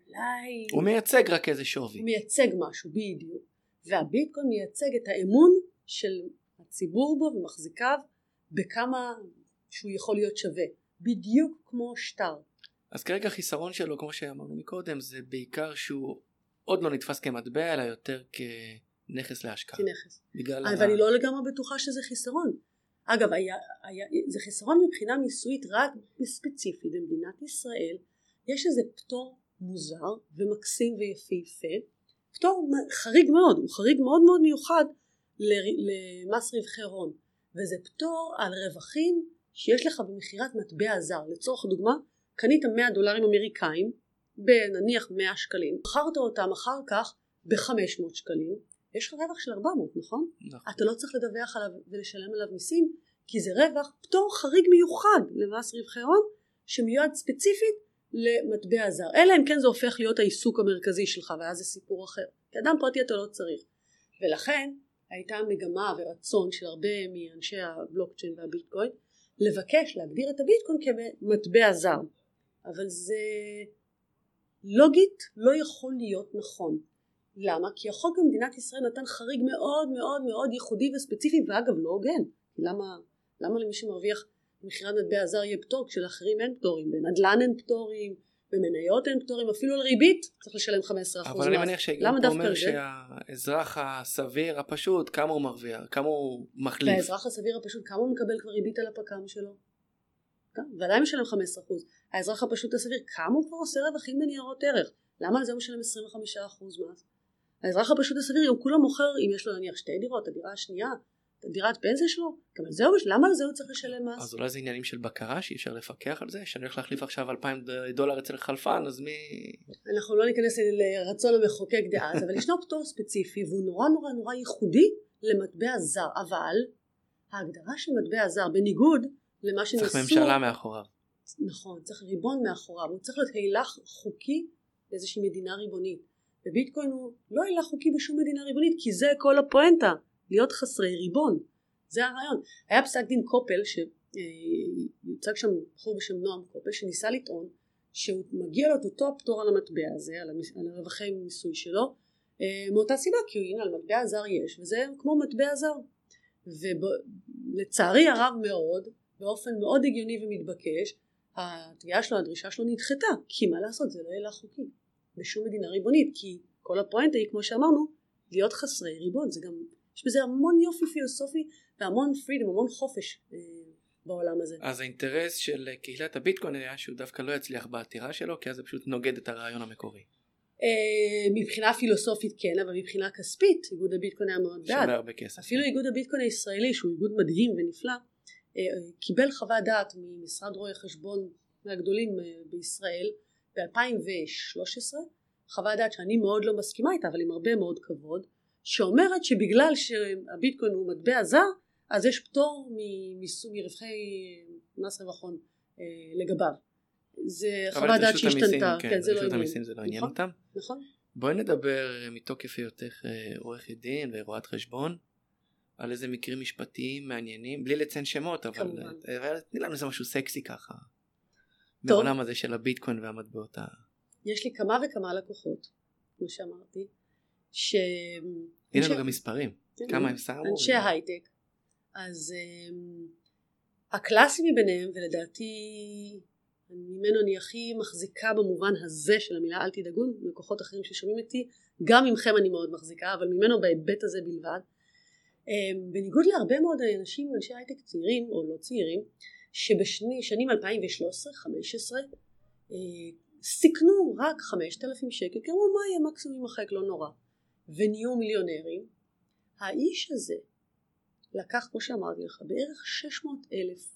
אולי...
הוא מייצג רק איזה שווי.
הוא מייצג משהו, בדיוק. והביטקוין מייצג את האמון של הציבור בו ומחזיקיו בכמה שהוא יכול להיות שווה. בדיוק כמו שטר.
אז כרגע החיסרון שלו, כמו שאמרנו מקודם, זה בעיקר שהוא עוד לא נתפס כמטבע, אלא יותר כנכס להשקעה.
כנכס. אבל אני לא לגמרי בטוחה שזה חיסרון. אגב, זה חיסרון מבחינה מיסויית רק בספציפי במדינת ישראל. יש איזה פטור מוזר ומקסים ויפהפה. פטור חריג מאוד, הוא חריג מאוד מאוד מיוחד למס רווחי הון. וזה פטור על רווחים שיש לך במכירת מטבע זר. לצורך דוגמה, קנית $100 אמריקאים בנניח 100 שקלים, מכרת אותם אחר כך ב-500 שקלים, יש לך רווח של 400, נכון?
נכון.
אתה לא צריך לדווח עליו ולשלם עליו מיסים, כי זה רווח פטור חריג מיוחד למס רווחי הון, שמיועד ספציפית למטבע זר. אלא אם כן זה הופך להיות העיסוק המרכזי שלך, ואז זה סיפור אחר. כאדם פרטי אתה לא צריך. ולכן הייתה מגמה ורצון של הרבה מאנשי הבלוקצ'יין והביטקוין, לבקש להגדיר את הביטקוין כמטבע זר. אבל זה לוגית לא יכול להיות נכון. למה? כי החוק במדינת ישראל נתן חריג מאוד מאוד מאוד ייחודי וספציפי, ואגב לא הוגן. למה למי שמרוויח במכירת מטבע זר יהיה פטור, כשלאחרים אין פטורים? בנדל"ן אין פטורים, במניות אין פטורים, אפילו על ריבית צריך לשלם 15%.
אבל אני מניח שגם פה אומר שהאזרח הסביר הפשוט, כמה הוא מרוויח, כמה הוא מחליף.
והאזרח הסביר הפשוט, כמה הוא מקבל כבר ריבית על הפקם שלו? ועדיין משלם 15%. האזרח הפשוט הסביר, כמה הוא כבר עושה רווחים בניירות ערך? למה על זה הוא משלם 25% מס? האזרח הפשוט הסביר, הוא כולה מוכר, אם יש לו נניח 2 דירות, הדירה השנייה, הדירת פנסיה שלו, גם על זה למה על זה הוא צריך לשלם מס?
אז אולי זה עניינים של בקרה, שאי אפשר לפקח על זה, שאני הולך להחליף עכשיו $2,000 אצל חלפן, אז מי...
אנחנו לא ניכנס לרצון המחוקק דאז, אבל ישנו פטור ספציפי, והוא נורא נורא נורא ייחודי למטבע זר, אבל ההגדרה של מטבע זר, בניגוד למה שניסו...
צריך ממשלה מאחוריו.
נכון, צריך ריבון מאחוריו, הוא צריך להיות הילך חוקי באיזושהי מדינה ריבונית. וביטקוין הוא לא הילך חוקי בשום מדינה ריבונית, כי זה כל הפואנטה, להיות חסרי ריבון. זה הרעיון. היה פסק דין קופל, שיוצג שם בחור בשם נועם קופל, שניסה לטעון שהוא מגיע לו את אותו הפטור על המטבע הזה, על הרווחי מיסוי שלו, מאותה סיבה, כי הנה על מטבע זר יש, וזה כמו מטבע זר. ולצערי הרב מאוד, באופן מאוד הגיוני ומתבקש, התביעה שלו, הדרישה שלו נדחתה, כי מה לעשות, זה לא הילך חוקי בשום מדינה ריבונית, כי כל הפואנטה היא, כמו שאמרנו, להיות חסרי ריבון. זה גם, יש בזה המון יופי פילוסופי והמון פרידום, המון חופש בעולם הזה.
אז האינטרס של קהילת הביטקוין היה שהוא דווקא לא יצליח בעתירה שלו, כי אז זה פשוט נוגד את הרעיון המקורי.
מבחינה פילוסופית כן, אבל מבחינה כספית איגוד הביטקוין היה מאוד בעד.
שווה הרבה כסף.
אפילו איגוד הביטקוין הישראלי, שהוא איגוד מדהים ונפלא, קיבל חוות דעת ממשרד רואי החשבון מהגדולים בישראל ב-2013, חוות דעת שאני מאוד לא מסכימה איתה, אבל עם הרבה מאוד כבוד, שאומרת שבגלל שהביטקוין הוא מטבע זר, אז יש פטור מרווחי מס רווח הון לגביו. זה חוות דעת שהשתנתה.
כן, רשות המיסים זה לא עניין אותם.
נכון.
בואי נדבר מתוקף היותך עורכת דין ורואת חשבון, על איזה מקרים משפטיים מעניינים, בלי לציין שמות, אבל תני לנו איזה משהו סקסי ככה, בעולם הזה של הביטקוין והמטבעות.
יש לי כמה וכמה לקוחות, כמו שאמרתי,
אין לנו גם מספרים, כמה הם שמו?
אנשי הייטק, אז הקלאסי מביניהם, ולדעתי ממנו אני הכי מחזיקה במובן הזה של המילה אל תדאגו, לקוחות אחרים ששומעים איתי, גם ממכם אני מאוד מחזיקה, אבל ממנו בהיבט הזה בלבד, בניגוד להרבה מאוד אנשים, אנשי הייטק צעירים או לא צעירים, שבשנים 2013-2015 סיכנו רק 5,000 שקל, כי אמרו מה יהיה מקסימום מחק, לא נורא, ונהיו מיליונרים. האיש הזה לקח, כמו שאמרתי לך, בערך 600,000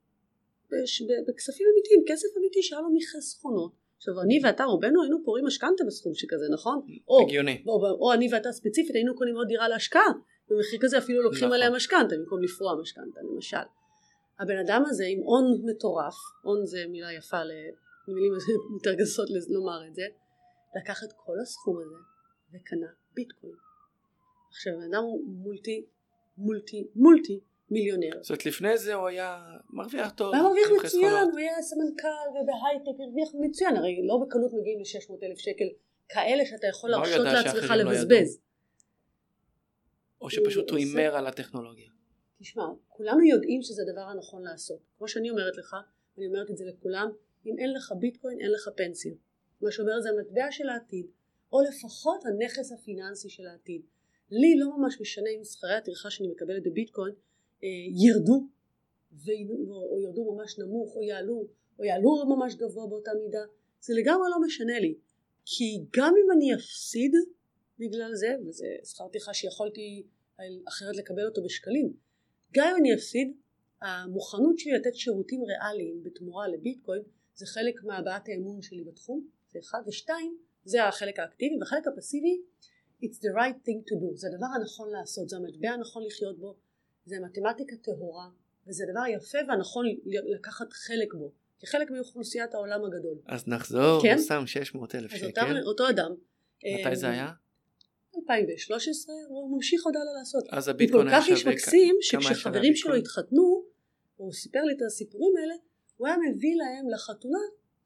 בכספים אמיתיים, כסף אמיתי שהיה לו מחסכונות. עכשיו אני ואתה רובנו היינו פורעים משכנתה בסכום שכזה, נכון?
הגיוני.
או אני ואתה ספציפית היינו קונים עוד דירה להשקעה, במחיר כזה אפילו לוקחים עליה משכנתה במקום לפרוע משכנתה למשל. הבן אדם הזה עם הון מטורף, הון זה מילה יפה למילים יותר גסות לומר את זה, לקח את כל הסכום הזה וקנה ביטקוין. עכשיו הבן אדם הוא מולטי מיליונר.
זאת אומרת, לפני זה הוא היה מרוויח טוב.
הוא היה מרוויח מצוין, הוא היה סמנכ"ל ובהייטק, הרוויח מצוין, הרי לא בקלות מגיעים ל-600,000 שקל, כאלה שאתה יכול להרשות לעצמך לבזבז.
או שפשוט הוא אימר על הטכנולוגיה.
תשמע, כולנו יודעים שזה הדבר הנכון לעשות. כמו שאני אומרת לך, אני אומרת את זה לכולם, אם אין לך ביטקוין, אין לך פנסיה. מה שאומר זה המטבע של העתיד, או לפחות הנכס הפיננסי של העתיד. לי לא ממש משנה אם שכרי הטרחה שאני מקבלת בביטקוין ירדו, או ירדו ממש נמוך, או יעלו ממש גבוה באותה מידה. זה לגמרי לא משנה לי. כי גם אם אני אפסיד בגלל זה, וזה שכר טרחה שיכולתי אחרת לקבל אותו בשקלים, גם אם אני אפסיד, המוכנות שלי לתת שירותים ריאליים בתמורה לביטקוין, זה חלק מהבעת האמון שלי בתחום, זה אחד, ושתיים, זה החלק האקטיבי, והחלק הפסיבי, it's the right thing to do, זה הדבר הנכון לעשות, זה המטבע הנכון לחיות בו, זה מתמטיקה טהורה, וזה דבר יפה והנכון לקחת חלק בו, כחלק מאוכלוסיית העולם הגדול.
אז נחזור,
כן?
הוא שם 600,000 שקל.
אז אותו אדם.
מתי זה היה?
2013, הוא ממשיך עוד הלאה לעשות.
אז הביטקוין היה שווה
הוא כל כך איש מקסים, שכשחברים שלו התחתנו, הוא סיפר לי את הסיפורים האלה, הוא היה מביא להם לחתונה,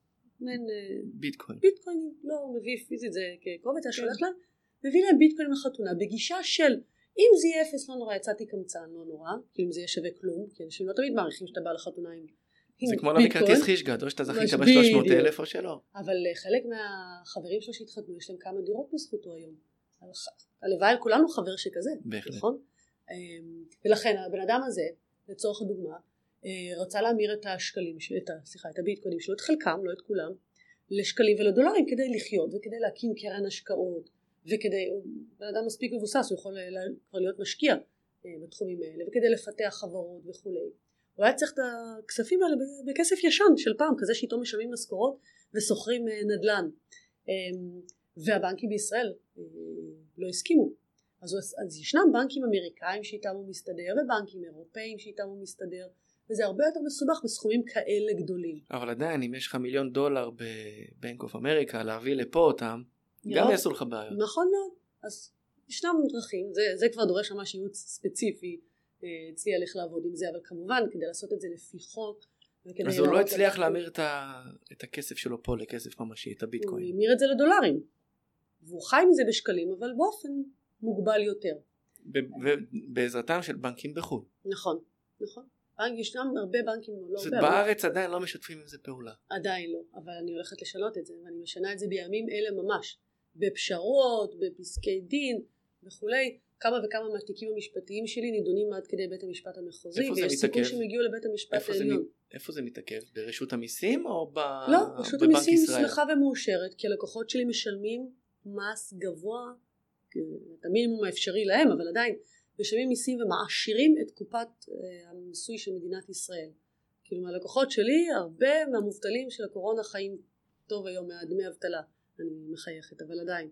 ביטקוין, לא מביא פיזית זה כקובץ, היה שולח להם, מביא להם ביטקוין לחתונה, בגישה של, אם זה יהיה אפס לא נורא, יצאתי קמצן, לא נורא, כי אם זה יהיה שווה כלום, כי אנשים לא תמיד מעריכים שאתה בא לחתונה עם
זה כמו להביא כרטיס חישגת, או שאתה זכית ב-300,000 או שלא.
אבל חלק מהחברים שלו שהתחתנו, יש להם כמה דירות בזכותו היום. הלוואי על כולנו חבר שכזה, נכון? ולכן הבן אדם הזה, לצורך הדוגמה, רצה להמיר את את הביטקוינים שלו, את חלקם, לא את כולם, לשקלים ולדולרים כדי לחיות וכדי להקים קרן השקעות, וכדי, בן אדם מספיק מבוסס, הוא יכול כבר להיות משקיע בתחומים האלה, וכדי לפתח חברות וכולי. הוא היה צריך את הכספים האלה בכסף ישן של פעם, כזה שאיתו משלמים משכורות וסוחרים נדל"ן. והבנקים בישראל לא הסכימו. אז ישנם בנקים אמריקאים שאיתם הוא מסתדר, ובנקים אירופאים שאיתם הוא מסתדר, וזה הרבה יותר מסובך בסכומים כאלה גדולים.
אבל עדיין, אם יש לך $1,000,000 בבנק אוף אמריקה, להביא לפה אותם, גם יעשו לך בעיות.
נכון מאוד. אז ישנם דרכים, זה כבר דורש ממש ייעוץ ספציפי, אצלי איך לעבוד עם זה, אבל כמובן כדי לעשות את זה לפי חוק.
אז הוא לא הצליח להמיר את הכסף שלו פה לכסף ממשי, את הביטקוין. הוא
המיר את זה לדולרים. והוא חי מזה בשקלים, אבל באופן מוגבל יותר.
בעזרתם של בנקים בחו"ל.
נכון, נכון. ישנם הרבה בנקים, לא הרבה.
בארץ עדיין לא משתפים עם זה פעולה.
עדיין לא, אבל אני הולכת לשנות את זה, ואני משנה את זה בימים אלה ממש. בפשרות, בפסקי דין וכולי. כמה וכמה מהתיקים המשפטיים שלי נידונים עד כדי בית המשפט המחוזי, ויש סיכוי שהם הגיעו לבית המשפט העליון.
איפה זה מתעכב? ברשות המיסים או בבנק ישראל?
לא, רשות המיסים שמחה ומאושרת, כי הלקוחות שלי משלמים מס גבוה, את המינימום האפשרי להם, אבל עדיין משלמים מיסים ומעשירים את קופת המיסוי של מדינת ישראל. כאילו מהלקוחות שלי, הרבה מהמובטלים של הקורונה חיים טוב היום מהדמי אבטלה, אני מחייכת, אבל עדיין.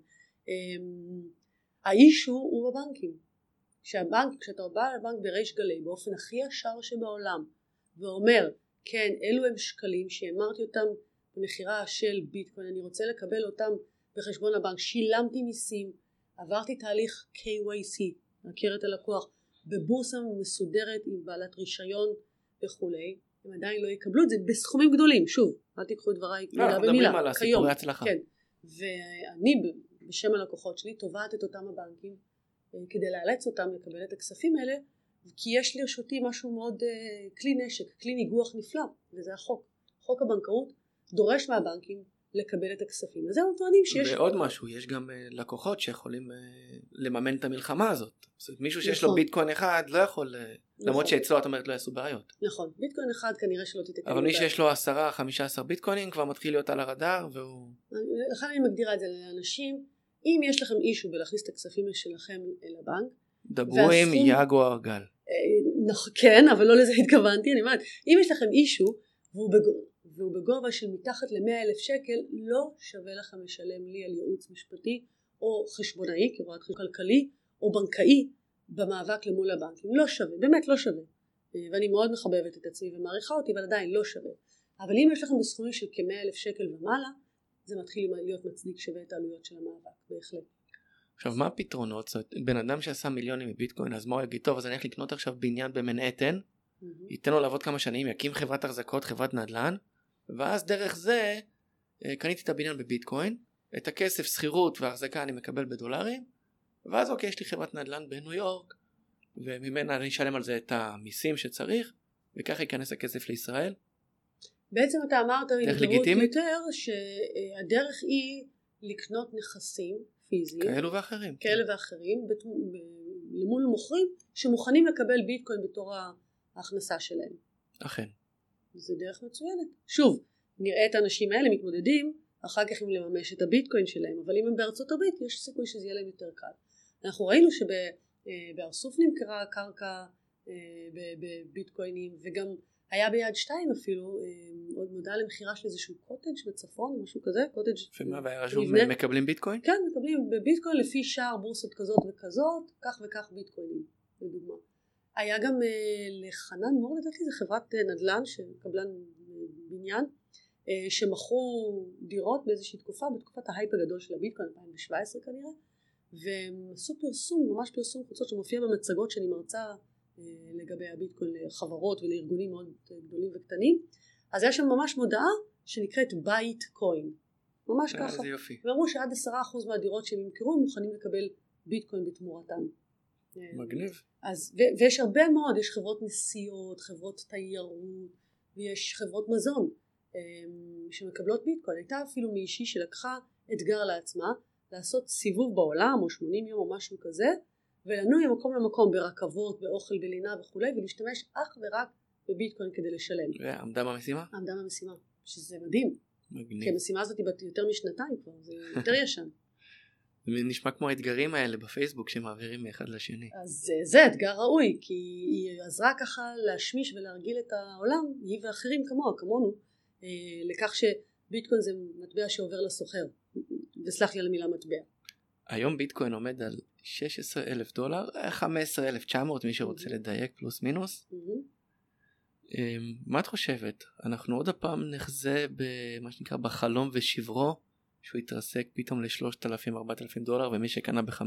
האישו הוא בבנקים. כשאתה בא לבנק בריש גלי באופן הכי ישר שבעולם ואומר כן אלו הם שקלים שהמרתי אותם במחירה של ביטקוין, אני רוצה לקבל אותם בחשבון הבנק, שילמתי מיסים, עברתי תהליך KYC, הכר את הלקוח, בבורסה מסודרת עם בעלת רישיון וכולי, הם עדיין לא יקבלו את זה בסכומים גדולים. שוב, אל תיקחו את דבריי מילה במילה כיום, כן. ואני בשם הלקוחות שלי תובעת את אותם הבנקים כדי לאלץ אותם לקבל את הכספים האלה, כי יש לרשותי משהו מאוד כלי נשק, כלי ניגוח נפלא, וזה החוק. חוק הבנקאות דורש מהבנקים לקבל את הכספים. אז זהו טוענים שיש...
ועוד משהו, יש גם לקוחות שיכולים לממן את המלחמה הזאת. זאת אומרת, מישהו שיש לו ביטקוין אחד לא יכול, למרות שאצלו את אומרת לא יעשו בעיות.
נכון, ביטקוין אחד כנראה שלא תתקן.
אבל מי שיש לו 10-15 ביטקוינים כבר מתחיל להיות על הרדאר והוא...
לכן אני מגדירה את זה לאנשים, אם יש לכם אישו בלהכניס את הכספים שלכם אל הבנק,
דברו עם יגואר גל.
כן, אבל לא לזה התכוונתי, אני אומרת, אם יש לכם אישו והוא בגובה של מתחת ל100,000 שקל, לא שווה לכם לשלם לי על ייעוץ משפטי או חשבונאי, כרואת כלכלי או בנקאי במאבק למול הבנקים. לא שווה, באמת לא שווה. ואני מאוד מחבבת את עצמי ומעריכה אותי, אבל עדיין לא שווה. אבל אם יש לכם בסכומים של כ100,000 שקל ומעלה, זה מתחיל להיות מצדיק שווה את העלויות של המאבק, בהחלט.
עכשיו מה הפתרונות? בן אדם שעשה מיליונים מביטקוין, אז מה הוא יגיד? טוב, אז אני הולך לקנות עכשיו בניין במנהטן, ייתן לו לעבוד כמה שנים, יקים חברת החזקות, חברת נדל"ן, ואז דרך זה קניתי את הבניין בביטקוין, את הכסף, שכירות והחזקה אני מקבל בדולרים, ואז אוקיי, יש לי חברת נדל"ן בניו יורק, וממנה אני אשלם על זה את המיסים שצריך, וככה ייכנס הכסף לישראל.
בעצם אתה אמרת
דרך לגיטימית
יותר שהדרך היא לקנות נכסים פיזיים כאלה ואחרים למול מוכרים שמוכנים לקבל ביטקוין בתור ההכנסה שלהם.
אכן.
זה דרך מצוינת. שוב, נראה את האנשים האלה מתמודדים אחר כך עם לממש את הביטקוין שלהם, אבל אם הם בארצות הברית יש סיכוי שזה יהיה להם יותר קל. אנחנו ראינו שבארסוף נמכרה קרקע בביטקוינים, וגם היה ביד 2 אפילו עוד מודעה למחירה של איזשהו קוטג' בצפון, משהו כזה, קוטג'.
ומה, והרשום מקבלים ביטקוין?
כן, מקבלים בביטקוין לפי שער בורסות כזאת וכזאת, כך וכך ביטקוינים, לדוגמה. היה גם לחנן מור, לדעתי זה חברת נדל"ן, קבלן בניין, שמכרו דירות באיזושהי תקופה, בתקופת ההייפ הגדול של הביטקוין, 2017 כנראה, והם עשו פרסום, ממש פרסום חוצות שמופיע במצגות שאני מרצה לגבי הביטקוין לחברות ולארגונים מאוד גדולים וקטנים. אז היה שם ממש מודעה שנקראת בייט קוין, ממש ככה.
זה יופי.
ואמרו שעד 10% מהדירות שהם ימכרו הם מוכנים לקבל ביטקוין בתמורתם.
מגניב.
ויש הרבה מאוד, יש חברות נסיעות, חברות תיירות, ויש חברות מזון שמקבלות ביטקוין. הייתה אפילו מישהי שלקחה אתגר לעצמה לעשות סיבוב בעולם או 80 יום או משהו כזה, ולנוע ממקום למקום ברכבות, באוכל, בלינה וכו', ולהשתמש אך ורק בביטקוין כדי לשלם.
ועמדה במשימה?
עמדה במשימה, שזה מדהים.
מגניב.
כי המשימה הזאת היא בת יותר משנתיים כבר, זה יותר ישן.
זה נשמע כמו האתגרים האלה בפייסבוק שמעבירים מאחד לשני.
אז זה אתגר ראוי, כי היא עזרה ככה להשמיש ולהרגיל את העולם, היא ואחרים כמונו, לכך שביטקוין זה מטבע שעובר לסוחר, וסלח לי על המילה מטבע.
היום ביטקוין עומד על $16,000, 15,900 מי שרוצה לדייק פלוס מינוס. מה את חושבת? אנחנו עוד הפעם נחזה במה שנקרא בחלום ושברו, שהוא יתרסק פתאום $3,000-4,000 ומי שקנה ב-15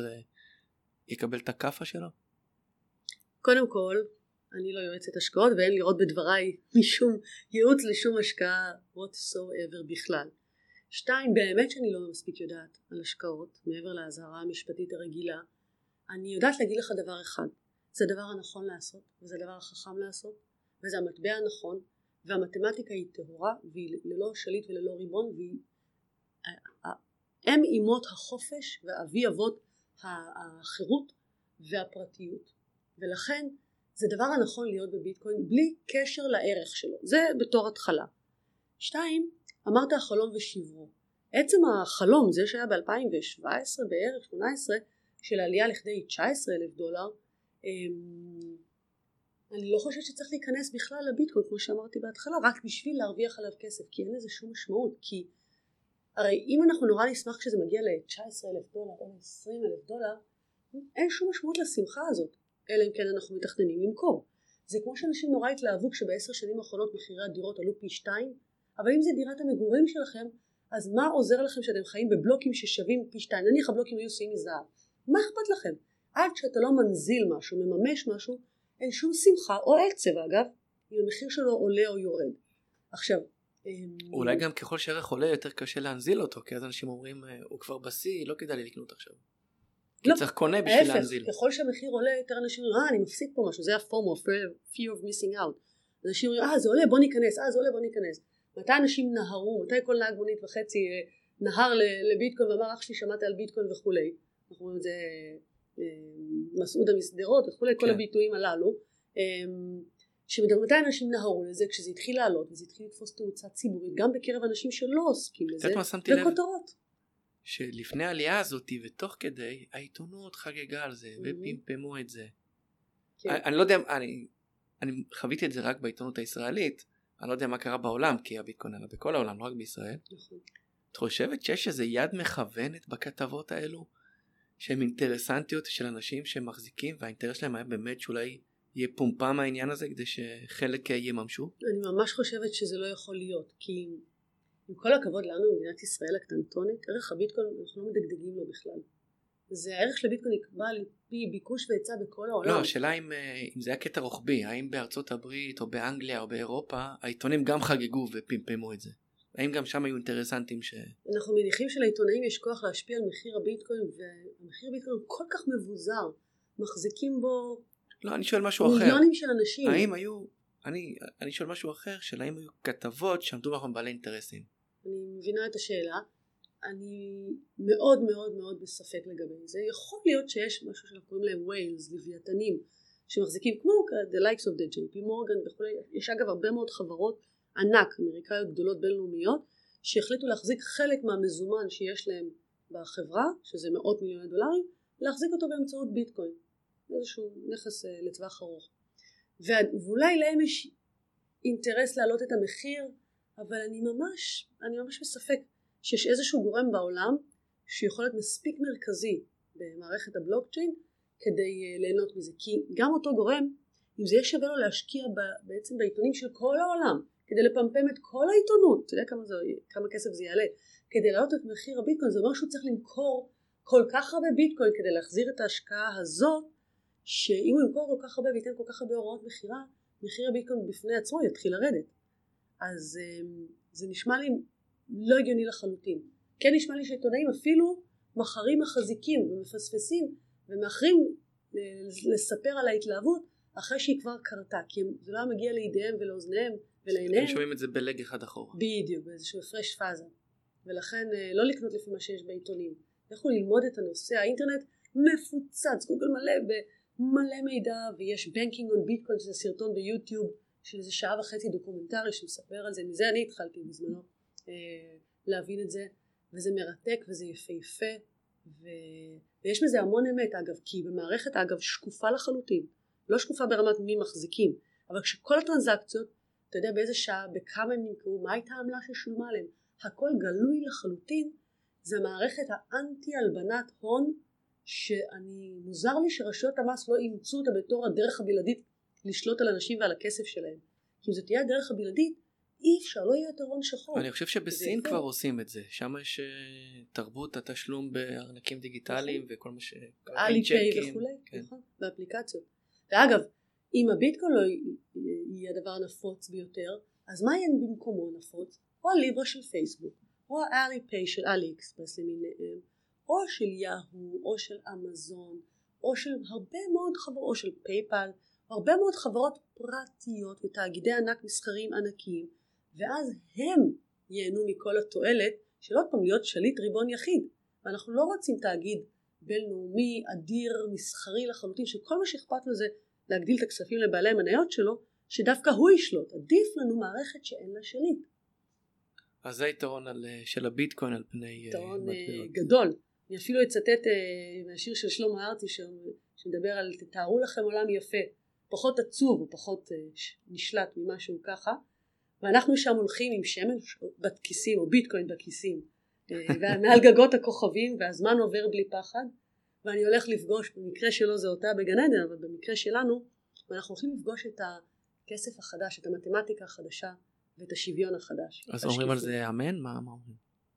יקבל את הכאפה שלו?
קודם כל, אני לא יועצת השקעות ואין לראות בדבריי משום ייעוץ לשום השקעה whatsoever בכלל. 2, באמת שאני לא מספיק יודעת על השקעות, מעבר להזהרה המשפטית הרגילה. אני יודעת להגיד לך דבר אחד, זה הדבר הנכון לעשות, וזה הדבר החכם לעשות, וזה המטבע הנכון, והמתמטיקה היא טהורה, והיא ללא שליט וללא ריבון, והיא אם אימות החופש ואבי אבות החירות והפרטיות. ולכן זה דבר הנכון להיות בביטקוין בלי קשר לערך שלו. זה בתור התחלה. 2, אמרת החלום ושברו. עצם החלום, זה שהיה ב-2017 בערך 18 של העלייה לכדי $19,000, אני לא חושבת שצריך להיכנס בכלל לביטקוין כמו שאמרתי בהתחלה, רק בשביל להרוויח עליו כסף, כי אין לזה שום משמעות. כי הרי אם אנחנו נורא נשמח כשזה מגיע $19,000 או $20,000, אין שום משמעות לשמחה הזאת, אלא אם כן אנחנו מתכננים למכור. זה כמו שאנשים נורא התלהבו כשב10 שנים האחרונות מחירי הדירות עלו פי 2, אבל אם זה דירת המגורים שלכם, אז מה עוזר לכם שאתם חיים בבלוקים ששווים פי 2? נניח הבלוקים היו שיאים מזהב. מה אכפת לכם? עד שאתה לא מנזיל משהו, מממש משהו, אין שום שמחה, או עצב אגב, אם המחיר שלו עולה או יורד. עכשיו,
אולי גם ככל שערך עולה יותר קשה להנזיל אותו, כי אז אנשים אומרים, הוא כבר בשיא, לא כדאי לי לקנות עכשיו. כי צריך קונה בשביל להנזיל.
ככל שהמחיר עולה, יותר אנשים אומרים, אני מפסיד פה משהו, זה הפומו, fear of missing out. אנשים אומרים, זה עולה, בוא ניכנס, זה עולה, בוא ניכנס. מתי אנשים נהרו, מתי כל נהג מונית וחצי נהר לביטקוין ואמר, אח שלי שמעת על ביטקוין וכולי. אנחנו רואים את זה מסעוד המסדרות וכולי, כל הביטויים הללו. שמתי אנשים נהרו לזה כשזה התחיל לעלות וזה התחיל לתפוס תאוצה ציבורית גם בקרב אנשים שלא עוסקים לזה וכותרות.
שלפני העלייה הזאת ותוך כדי העיתונות חגגה על זה ופימפמו את זה. אני לא יודע, אני חוויתי את זה רק בעיתונות הישראלית, אני לא יודע מה קרה בעולם כי הביטקוין עלה בכל העולם, לא רק בישראל. את חושבת שיש איזה יד מכוונת בכתבות האלו שהן אינטרסנטיות של אנשים שמחזיקים והאינטרס שלהם היה באמת שאולי יהיה פומפה מהעניין הזה כדי שחלק יממשו?
אני ממש חושבת שזה לא יכול להיות, כי עם כל הכבוד לנו במדינת ישראל הקטנטונת, ערך הביטקוין אנחנו לא מדגדגים לו בכלל. זה הערך של הביטקוין נקבע על פי ביקוש והיצע בכל העולם.
לא, השאלה אם זה היה קטע רוחבי, האם בארצות הברית או באנגליה או באירופה, העיתונים גם חגגו ופמפמו את זה. האם גם שם היו אינטרסנטים
אנחנו מניחים שלעיתונאים יש כוח להשפיע על מחיר הביטקוין, והמחיר הביטקוין הוא כל כך מבוזר, מחזיקים בו
לא, אני שואל משהו אחר.
מיליונים של אנשים.
האם היו, אני שואל משהו אחר, של האם היו כתבות שעמדו לכם בעלי אינטרסים?
אני מבינה את השאלה, אני מאוד מאוד מאוד בספק לגבי זה. יכול להיות שיש משהו שאנחנו קוראים להם ווילס, לוויתנים, שמחזיקים כמו the likes of the JP Morgan וכו'. יש אגב הרבה מאוד חברות ענק, אמריקאיות גדולות בינלאומיות, שהחליטו להחזיק חלק מהמזומן שיש להם בחברה, שזה מאות מיליוני דולרים, להחזיק אותו באמצעות ביטקוין, איזשהו נכס לטווח ארוך. ואולי להם יש אינטרס להעלות את המחיר, אבל אני ממש בספק שיש איזשהו גורם בעולם שיכול להיות מספיק מרכזי במערכת הבלוקצ'יין כדי ליהנות מזה. כי גם אותו גורם, אם זה יהיה שווה לו להשקיע בעצם בעיתונים של כל העולם, כדי לפמפם את כל העיתונות, אתה יודע כמה כסף זה יעלה, כדי להעלות את מחיר הביטקוין, זה אומר שהוא צריך למכור כל כך הרבה ביטקוין כדי להחזיר את ההשקעה הזאת, שאם הוא ימכור כל כך הרבה וייתן כל כך הרבה הוראות מחירה, מחיר הביטקוין בפני עצמו יתחיל לרדת. אז זה נשמע לי לא הגיוני לחלוטין. כן נשמע לי שעיתונאים אפילו מחרים מחזיקים ומפספסים ומאחרים לספר על ההתלהבות אחרי שהיא כבר קרתה, כי זה לא מגיע לידיהם ולאוזניהם ולעיניהם.
הם שומעים את זה בלג אחד אחורה.
בדיוק, באיזשהו הפרש פאזה. ולכן לא לקנות לפי מה שיש בעיתונים. אנחנו ללמוד את הנושא, האינטרנט מפוצץ, גוגל מלא במלא מידע, ויש בנקינג on ביטקוין, שזה סרטון ביוטיוב של איזה שעה וחצי דוקומנטרי שמספר על זה, מזה אני התחלתי בזמנו להבין את זה, וזה מרתק וזה יפהפה, ויש מזה המון אמת אגב, כי במערכת אגב שקופה לחלוטין, לא שקופה ברמת מי מחזיקים, אבל כשכל הטרנזקציות, אתה יודע באיזה שעה, בכמה הם נמכרו, מה הייתה העמלה ששולמה עליהם, הכל גלוי לחלוטין. זה מערכת האנטי הלבנת הון, שאני מוזר לי שרשויות המס לא אימצו אותה בתור הדרך הבלעדית לשלוט על אנשים ועל הכסף שלהם. כי אם זו תהיה הדרך הבלעדית, אי אפשר, לא יהיה יותר הון שחור.
אני חושב שבסין כבר עושים את זה. שם יש תרבות התשלום בארנקים דיגיטליים וכל מה ש...
אלי-פיי וכולי, נכון, באפליקציות. ואגב, אם הביטקוין לא יהיה הדבר הנפוץ ביותר, אז מה יהיה במקומו נפוץ? או הליברה של פייסבוק, או האלי-פיי של אלי-אקספרס למיניהם, או של יאהו, או של אמזון, או של הרבה מאוד חברות, או של פייפל, הרבה מאוד חברות פרטיות ותאגידי ענק מסחריים ענקיים, ואז הם ייהנו מכל התועלת של עוד פעם להיות שליט ריבון יחיד. ואנחנו לא רוצים תאגיד בינלאומי, אדיר, מסחרי לחלוטין, שכל מה שאכפת לו זה להגדיל את הכספים לבעלי המניות שלו, שדווקא הוא ישלוט. עדיף לנו מערכת שאין לה שליט.
אז זה היתרון של הביטקוין על פני
יתרון גדול. אני אפילו אצטט מהשיר של שלמה ארצי שמדבר על תתארו לכם עולם יפה, פחות עצוב או פחות נשלט ממשהו ככה, ואנחנו שם הולכים עם שמן בכיסים או ביטקוין בכיסים, ומעל גגות הכוכבים, והזמן עובר בלי פחד, ואני הולך לפגוש, במקרה שלו זה אותה בגן עדן, אבל במקרה שלנו, ואנחנו הולכים לפגוש את הכסף החדש, את המתמטיקה החדשה, ואת השוויון החדש.
אז אומרים על זה אמן? מה אומרים?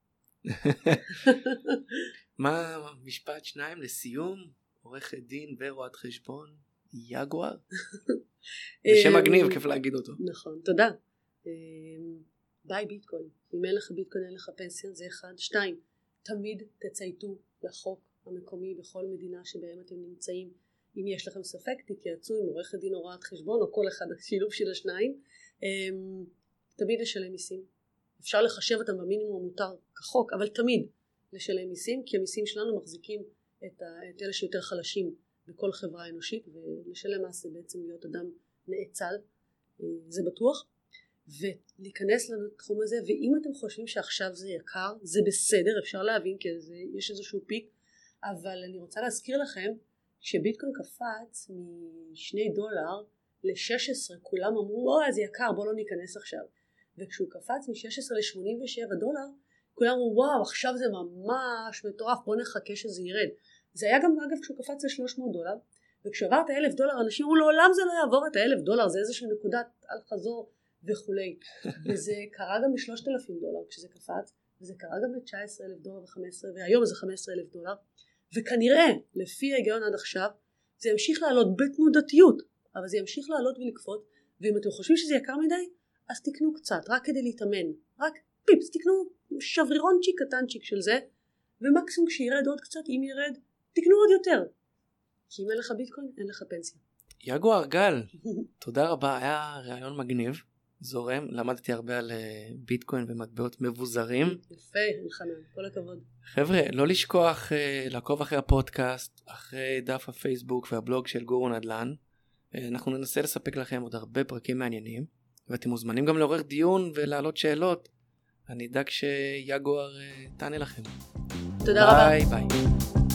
מה משפט שניים לסיום? עורכת דין ורואת חשבון יגואר? זה שם מגניב, כיף להגיד אותו.
נכון, תודה. ביי ביטקוין. אם אין לך ביטקוין אין לך פנסיה, זה אחד. שתיים, תמיד תצייתו לחוק המקומי בכל מדינה שבהם אתם נמצאים. אם יש לכם ספק תתייעצו עם עורכת דין או רואת חשבון או כל אחד השילוב של השניים. תמיד לשלם מיסים. אפשר לחשב אותם במינימום המותר כחוק, אבל תמיד לשלם מיסים, כי המיסים שלנו מחזיקים את אלה שיותר חלשים בכל חברה אנושית, ולשלם מס זה בעצם להיות אדם נאצל, זה בטוח, ולהיכנס לתחום הזה. ואם אתם חושבים שעכשיו זה יקר, זה בסדר, אפשר להבין כי יש איזשהו פיק, אבל אני רוצה להזכיר לכם שביטקוין קפץ $2 ל-16, כולם אמרו זה יקר, בוא לא ניכנס עכשיו. וכשהוא קפץ מ-16 ל-87 דולר, כולם אמרו וואו עכשיו זה ממש מטורף, בוא נחכה שזה ירד. זה היה גם אגב כשהוא קפץ ל-300 דולר, וכשעבר את $1,000 אנשים אמרו לעולם זה לא יעבור את $1,000, זה איזושהי נקודת על חזור וכולי. וזה קרה גם $3,000 כשזה קפץ, וזה קרה גם $19,000 ו-15, והיום זה $15,000, וכנראה לפי ההיגיון עד עכשיו זה ימשיך לעלות בתנודתיות, אבל זה ימשיך לעלות ולקפות, ואם אתם חושבים שזה יקר מדי אז תקנו קצת רק כדי להתאמן, רק פיפס, תקנו שברירונצ'יק קטנצ'יק של זה, ומקסימום כשירד עוד קצת, אם ירד תקנו עוד יותר, כי אם אין לך ביטקוין אין לך פנסיה.
יגואר גל, תודה רבה, היה רעיון מגניב, זורם, למדתי הרבה על ביטקוין ומטבעות מבוזרים.
יפה, אלחנן, כל הכבוד.
חבר'ה, לא לשכוח לעקוב אחרי הפודקאסט, אחרי דף הפייסבוק והבלוג של גורו נדל"ן. אנחנו ננסה לספק לכם עוד הרבה פרקים מעניינים, ואתם מוזמנים גם לעורר דיון ולהעלות שאלות. אני אדאג שיגואר תענה לכם.
תודה רבה.
ביי ביי.